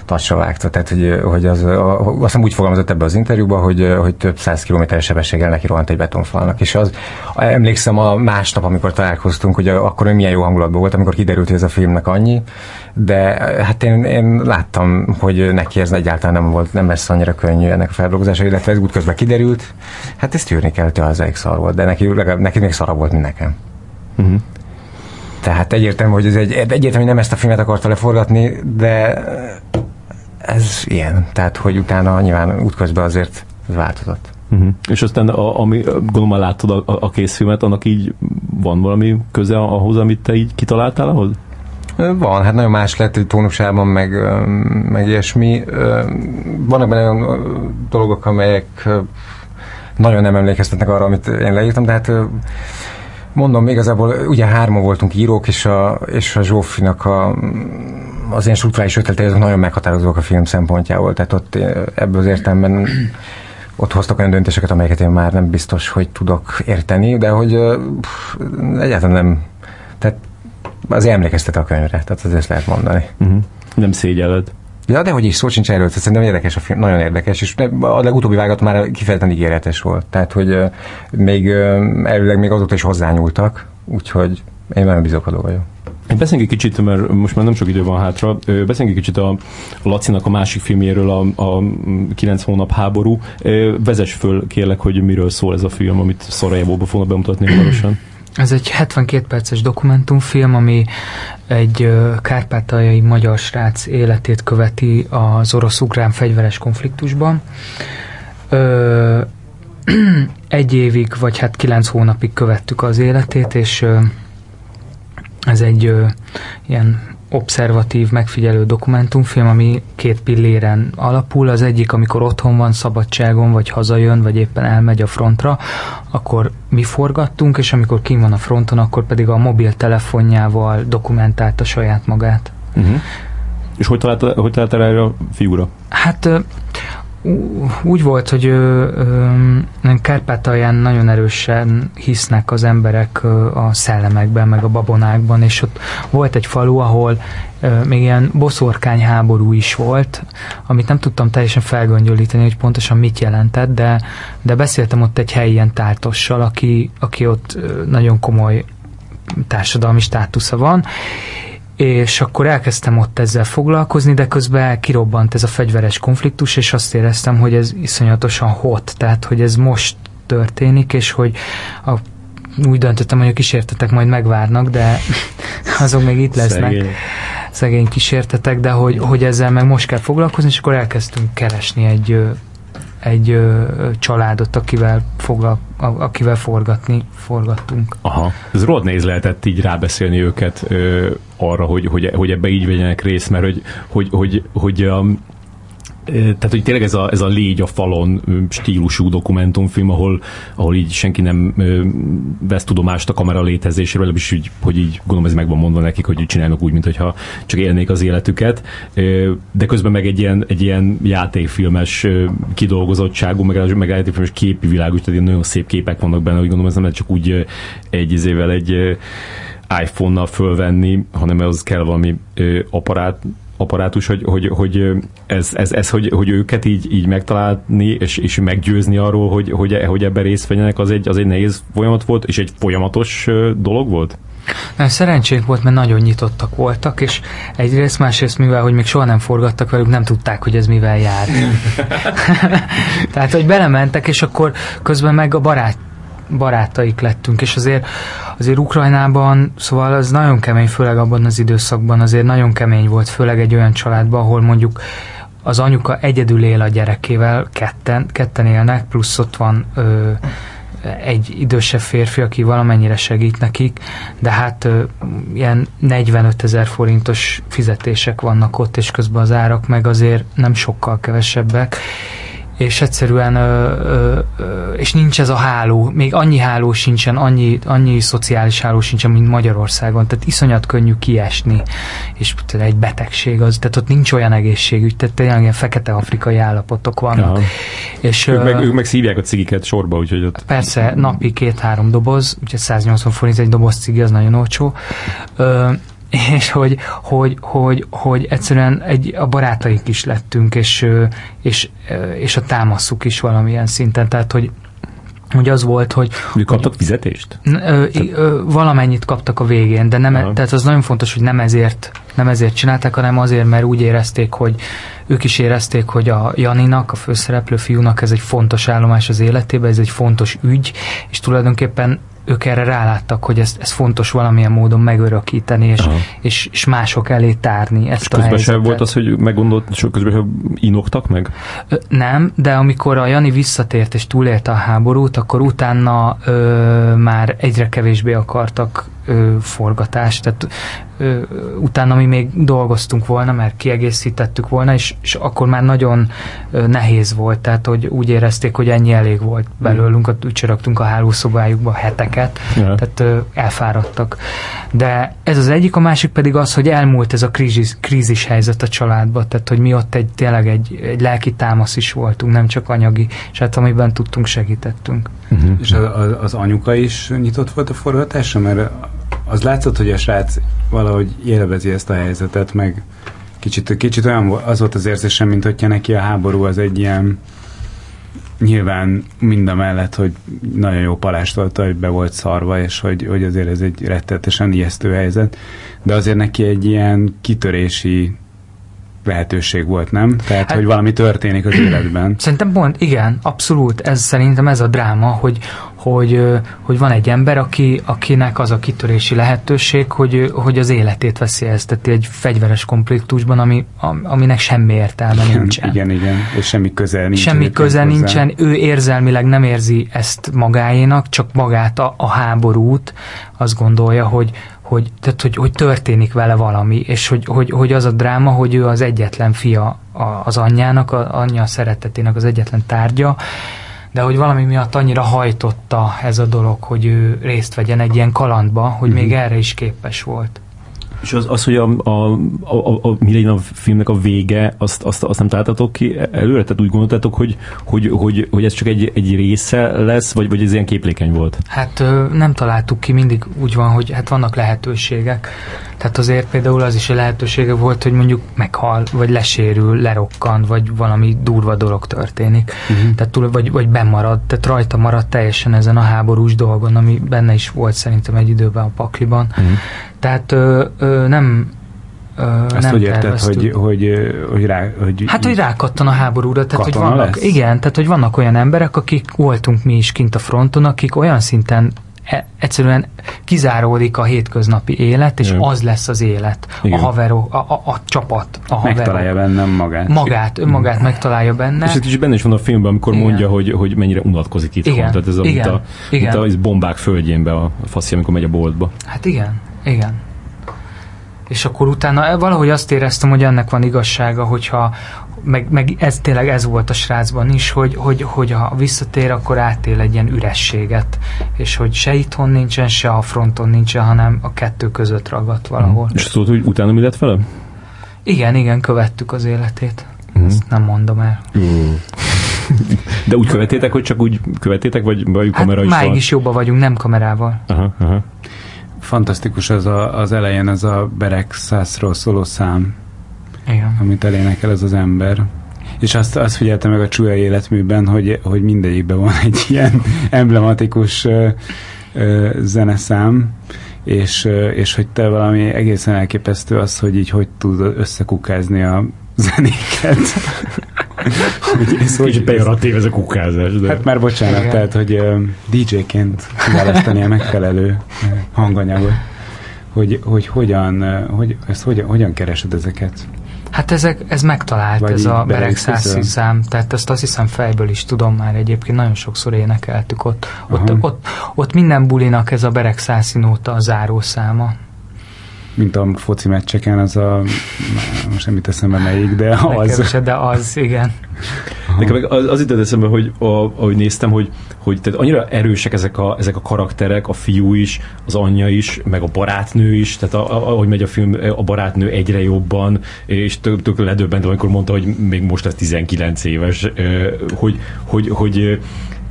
tacsra vágta. Tehát, hogy azt hiszem úgy fogalmazott ebbe az interjúban, hogy több 100 kilométeres sebességgel neki rohant egy betonfalnak. És emlékszem a másnap, amikor találkoztunk, hogy akkor milyen jó hangulatban volt, amikor kiderült, hogy ez a filmnek annyi, de hát én láttam, hogy neki ez egyáltalán nem lesz annyira könnyű ennek a feldolgozása, illetve ez útközben kiderült, hát ezt tűrni kell, hogy az elég szar volt, de neki még szarabb volt, mint nekem. Uh-huh. Tehát egyértelmű, hogy egyértelmű, hogy nem ezt a filmet akarta leforgatni, de ez ilyen. Tehát, hogy utána nyilván útközben azért változott. Uh-huh. És aztán, ami gondolom, már láttad a készfilmet, annak így van valami köze ahhoz, amit te így kitaláltál ahhoz? Van, hát nagyon más lett egy tónusában, meg ilyesmi. Vannak benne olyan dolgok, amelyek nagyon nem emlékeztetnek arra, amit én leírtam, de hát mondom, igazából ugye 3 voltunk írók, és a Zsófinak az én strukturális ötletei azok nagyon meghatározóak a film szempontjából, tehát ott ebből az értelemben ott hoztak olyan döntéseket, amelyeket én már nem biztos, hogy tudok érteni, de hogy egyáltalán nem, tehát az emlékeztet a könyvre, tehát ezt lehet mondani. Uh-huh. Nem szégyelled. Ja, de hogy is, szó sincs erről, szerintem érdekes a film, nagyon érdekes, és a legutóbbi vágat már kifejezetten ígéretes volt, tehát hogy még elvileg még azóta is hozzányúltak, úgyhogy én nagyon bizakodó vagyok. Beszéljünk egy kicsit, mert most már nem sok idő van hátra, beszéljünk egy kicsit a Lacinak a másik filmjéről, a 9 hónap háború. Vezess föl, kérlek, hogy miről szól ez a film, amit Szarajevóban fognak bemutatni hamarosan. Ez egy 72 perces dokumentumfilm, ami egy kárpátaljai magyar srác életét követi az orosz-ukrán fegyveres konfliktusban. 1 évig, vagy hát 9 hónapig követtük az életét, és ez egy ilyen obszervatív, megfigyelő dokumentumfilm, ami 2 pilléren alapul. Az egyik, amikor otthon van, szabadságon, vagy hazajön, vagy éppen elmegy a frontra, akkor mi forgattunk, és amikor kint van a fronton, akkor pedig a mobiltelefonjával dokumentálta saját magát. Uh-huh. És hogy találtál erre a figura? Hát úgy volt, hogy Kárpátalján nagyon erősen hisznek az emberek a szellemekben, meg a babonákban, és ott volt egy falu, ahol még ilyen boszorkányháború is volt, amit nem tudtam teljesen felgöngyölíteni, hogy pontosan mit jelentett, de beszéltem ott egy helyi ilyen tártossal, aki ott nagyon komoly társadalmi státusza van, és akkor elkezdtem ott ezzel foglalkozni, de közben kirobbant ez a fegyveres konfliktus, és azt éreztem, hogy ez iszonyatosan hot, tehát hogy ez most történik, és hogy úgy döntöttem, hogy a kísértetek majd megvárnak, de azok még itt lesznek. Szegény kísértetek, de hogy ezzel meg most kell foglalkozni, és akkor elkezdtünk keresni egy családot, akivel forgattunk. Aha. Ez rohadt nehéz lehetett így rábeszélni őket arra, hogy ebbe így vegyenek részt, mert tehát, hogy tényleg ez a légy a falon stílusú dokumentumfilm, ahol így senki nem vesz tudomást a kamera létezéséről, és hogy így gondolom ez meg van mondva nekik, hogy csinálnak úgy, mintha csak élnék az életüket, de közben meg egy ilyen játékfilmes kidolgozottságú, meg játékfilmes képi világú, tehát nagyon szép képek vannak benne, hogy gondolom ez nem lehet csak úgy egy iPhone-nal fölvenni, hanem az kell valami apparátus, hogy hogy őket így megtalálni, és meggyőzni arról, hogy ebben részt vegyenek, az egy nehéz folyamat volt, és egy folyamatos dolog volt? Nem, szerencsénk volt, mert nagyon nyitottak voltak, és egyrészt, másrészt, mivel, hogy még soha nem forgattak velük, nem tudták, hogy ez mivel jár. Tehát, hogy belementek, és akkor közben meg a barátaik lettünk, és azért Ukrajnában, szóval az nagyon kemény, főleg abban az időszakban azért nagyon kemény volt, főleg egy olyan családban, ahol mondjuk az anyuka egyedül él a gyerekével, ketten élnek, plusz ott van egy idősebb férfi, aki valamennyire segít nekik, de hát ilyen 45 000 forintos fizetések vannak ott, és közben az árak meg azért nem sokkal kevesebbek, és egyszerűen és nincs ez a háló, még annyi háló sincsen, annyi szociális háló sincsen, mint Magyarországon, tehát iszonyat könnyű kiesni, és egy betegség az, tehát ott nincs olyan egészségügy, tehát tényleg ilyen fekete afrikai állapotok vannak. És ők meg szívják a cigiket sorba, úgyhogy ott... Persze, napi 2-3 doboz, úgyhogy 180 forint egy doboz cigi, az nagyon olcsó. és hogy egyszerűen a barátaik is lettünk, és a támaszuk is valamilyen szinten, tehát hogy az volt, hogy... Kaptak fizetést? Valamennyit kaptak a végén, de nem, tehát az nagyon fontos, hogy nem ezért csinálták, hanem azért, mert úgy érezték, hogy ők is érezték, hogy a Janinak, a főszereplő fiúnak ez egy fontos állomás az életében, ez egy fontos ügy, és tulajdonképpen ők erre ráláttak, hogy ez fontos valamilyen módon megörökíteni, és mások elé tárni ezt a helyzetet. És közben volt az, hogy meggondolt, és közben inoktak meg? Nem, de amikor a Jani visszatért és túlélte a háborút, akkor utána már egyre kevésbé akartak forgatást, tehát utána mi még dolgoztunk volna, mert kiegészítettük volna, és akkor már nagyon nehéz volt, tehát hogy úgy érezték, hogy ennyi elég volt belőlünk, ücsörögtünk a hálószobájukba heteket, tehát elfáradtak. De ez az egyik, a másik pedig az, hogy elmúlt ez a krízis helyzet a családba, tehát hogy mi ott tényleg egy lelki támasz is voltunk, nem csak anyagi, és hát amiben tudtunk, segítettünk. És az anyuka is nyitott volt a forgatásra, mert az látszott, hogy a srác valahogy élvezi ezt a helyzetet, meg kicsit olyan az volt az érzésem, mint hogyha neki a háború az egy ilyen, nyilván mindamellett, hogy nagyon jó palást volt, hogy be volt szarva, és hogy azért ez egy rettenetesen ijesztő helyzet, de azért neki egy ilyen kitörési lehetőség volt, nem? Tehát, hogy valami történik az életben. Szerintem pont, igen, abszolút. Szerintem ez a dráma, hogy van egy ember, akinek az a kitörési lehetőség, hogy az életét veszélyezteti egy fegyveres konfliktusban, aminek semmi értelme nincsen. Igen, és semmi köze nincsen. Semmi köze nincsen. Ő érzelmileg nem érzi ezt magáénak, csak magát a háborút. Azt gondolja, hogy történik vele valami, és hogy az a dráma, hogy ő az egyetlen fia az anyjának, az anyja szeretetének az egyetlen tárgya, de hogy valami miatt annyira hajtotta ez a dolog, hogy ő részt vegyen egy ilyen kalandba, hogy még erre is képes volt. És az hogy mi legyen a filmnek a vége, azt nem találtatok ki előre? Tehát úgy gondoltátok, hogy ez csak egy része lesz, vagy ez ilyen képlékeny volt? Hát nem találtuk ki, mindig úgy van, hogy hát vannak lehetőségek. Tehát azért például az is a lehetősége volt, hogy mondjuk meghal, vagy lesérül, lerokkan, vagy valami durva dolog történik. Tehát vagy bemarad, tehát rajta maradt teljesen ezen a háborús dolgon, ami benne is volt szerintem egy időben a pakliban. Tehát nem azt hogy érted, hogy rákattan a háborúra, tehát hogy vannak, igen, tehát hogy vannak olyan emberek, akik voltunk mi is kint a fronton, akik olyan szinten egyszerűen kizáródik a hétköznapi élet, és az lesz az élet. Igen. A haverok, a csapat, a haverok. Megtalálja bennem magát. Önmagát megtalálja benne. És itt is benne is van a filmben, amikor mondja, hogy mennyire unatkozik itthon. Igen. Tehát ez mint a bombák földjénbe a faszi, amikor megy a boltba. Hát igen. És akkor utána valahogy azt éreztem, hogy ennek van igazsága, hogyha meg ez tényleg ez volt a srácban is, hogy ha visszatér, akkor átél egy ilyen ürességet, és hogy se itthon nincsen, se a fronton nincsen, hanem a kettő között ragadt valahol. És tudod, hogy utána mi lett vele? Igen, követtük az életét. Ezt nem mondom el. De úgy követétek, hogy csak úgy követétek, vagy kamera is van? Máig is jobban vagyunk, nem kamerával. Aha. Fantasztikus az elején ez a Berek Szászról szóló szám, igen, amit elénekel ez az ember. És azt figyeltem meg a Csúlyai életműben, hogy mindegyikben van egy ilyen emblematikus zeneszám, és hogy te valami egészen elképesztő az, hogy így hogy tudod összekukázni a zenéket. Kicsit pejoratív ez a kukázás. De... Hát már bocsánat, igen. Tehát, hogy DJ-ként kiválasztani a megfelelő hanganyagot. Hogy hogyan keresed ezeket? Hát ez megtalált, vagy ez a Berek Szászi szám, tehát ezt azt hiszem fejből is tudom már egyébként, nagyon sokszor énekeltük ott minden bulinak ez a Berek Szászi nóta a zárószáma. Mint a foci meccseken, az most nem jut eszembe melyik, de az. Kevesed, de az, igen. Nekem az jutott eszembe, hogy ahogy néztem, hogy tehát annyira erősek ezek a karakterek, a fiú is, az anyja is, meg a barátnő is, tehát ahogy megy a film, a barátnő egyre jobban, és tök ledöbbent, amikor mondta, hogy még most lesz 19 éves, hogy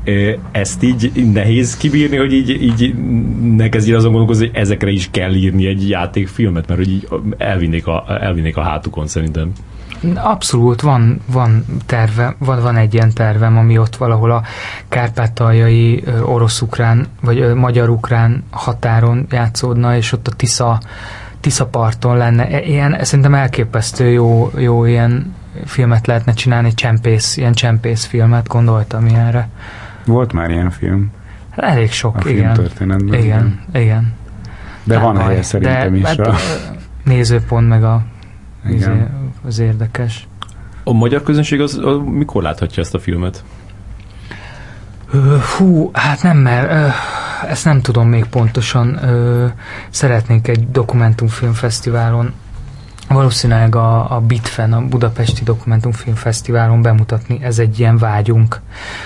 ezt így nehéz kibírni, hogy így ne kezdjél azon gondolkozni, hogy ezekre is kell írni egy játékfilmet, mert hogy így elvinnék a hátukon szerintem. Abszolút van terve, van egy ilyen tervem, ami ott valahol a kárpátaljai orosz-ukrán, vagy magyar-ukrán határon játszódna, és ott a Tisza parton lenne. Ilyen, szerintem elképesztő jó ilyen filmet lehetne csinálni, ilyen csempész filmet, gondoltam ilyenre. Volt már ilyen film. Elég sok, a igen. Filmtörténetben. Igen. De van helye szerintem is. Nézőpont meg az érdekes. A magyar közönség az mikor láthatja ezt a filmet? Hát nem, mert ezt nem tudom még pontosan. Szeretnénk egy dokumentumfilmfesztiválon, valószínűleg a BITFEN, a Budapesti Dokumentumfilmfesztiválon bemutatni. Ez egy ilyen vágyunk.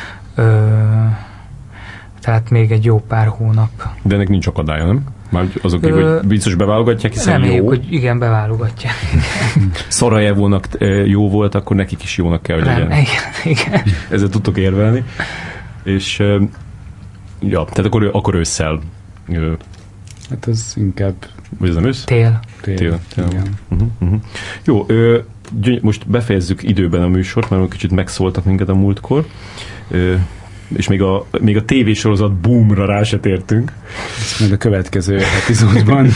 Tehát még egy jó pár hónap. De ennek nincs akadálya, nem? Már azok hogy biztos beválogatják, hiszen reméljük, jó. Hogy igen, beválogatják. Szarajevónak jó volt, akkor nekik is jónak kell, hogy legyen. Igen. Ezzel tudtok érvelni. És tehát akkor ősszel. Hát az inkább... Vagy ez nem ősz? Tél. Igen. Jó, most befejezzük időben a műsort, mert kicsit megszóltak minket a múltkor. És még a tévésorozat boomra rá se tértünk. Ezt majd a következő epizódban.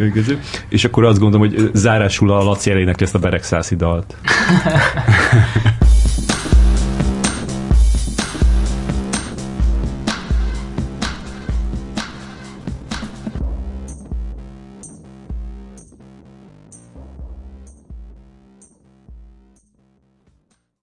És akkor azt gondolom, hogy zárásul a Laci elénekli ezt a Beregszászi dalt.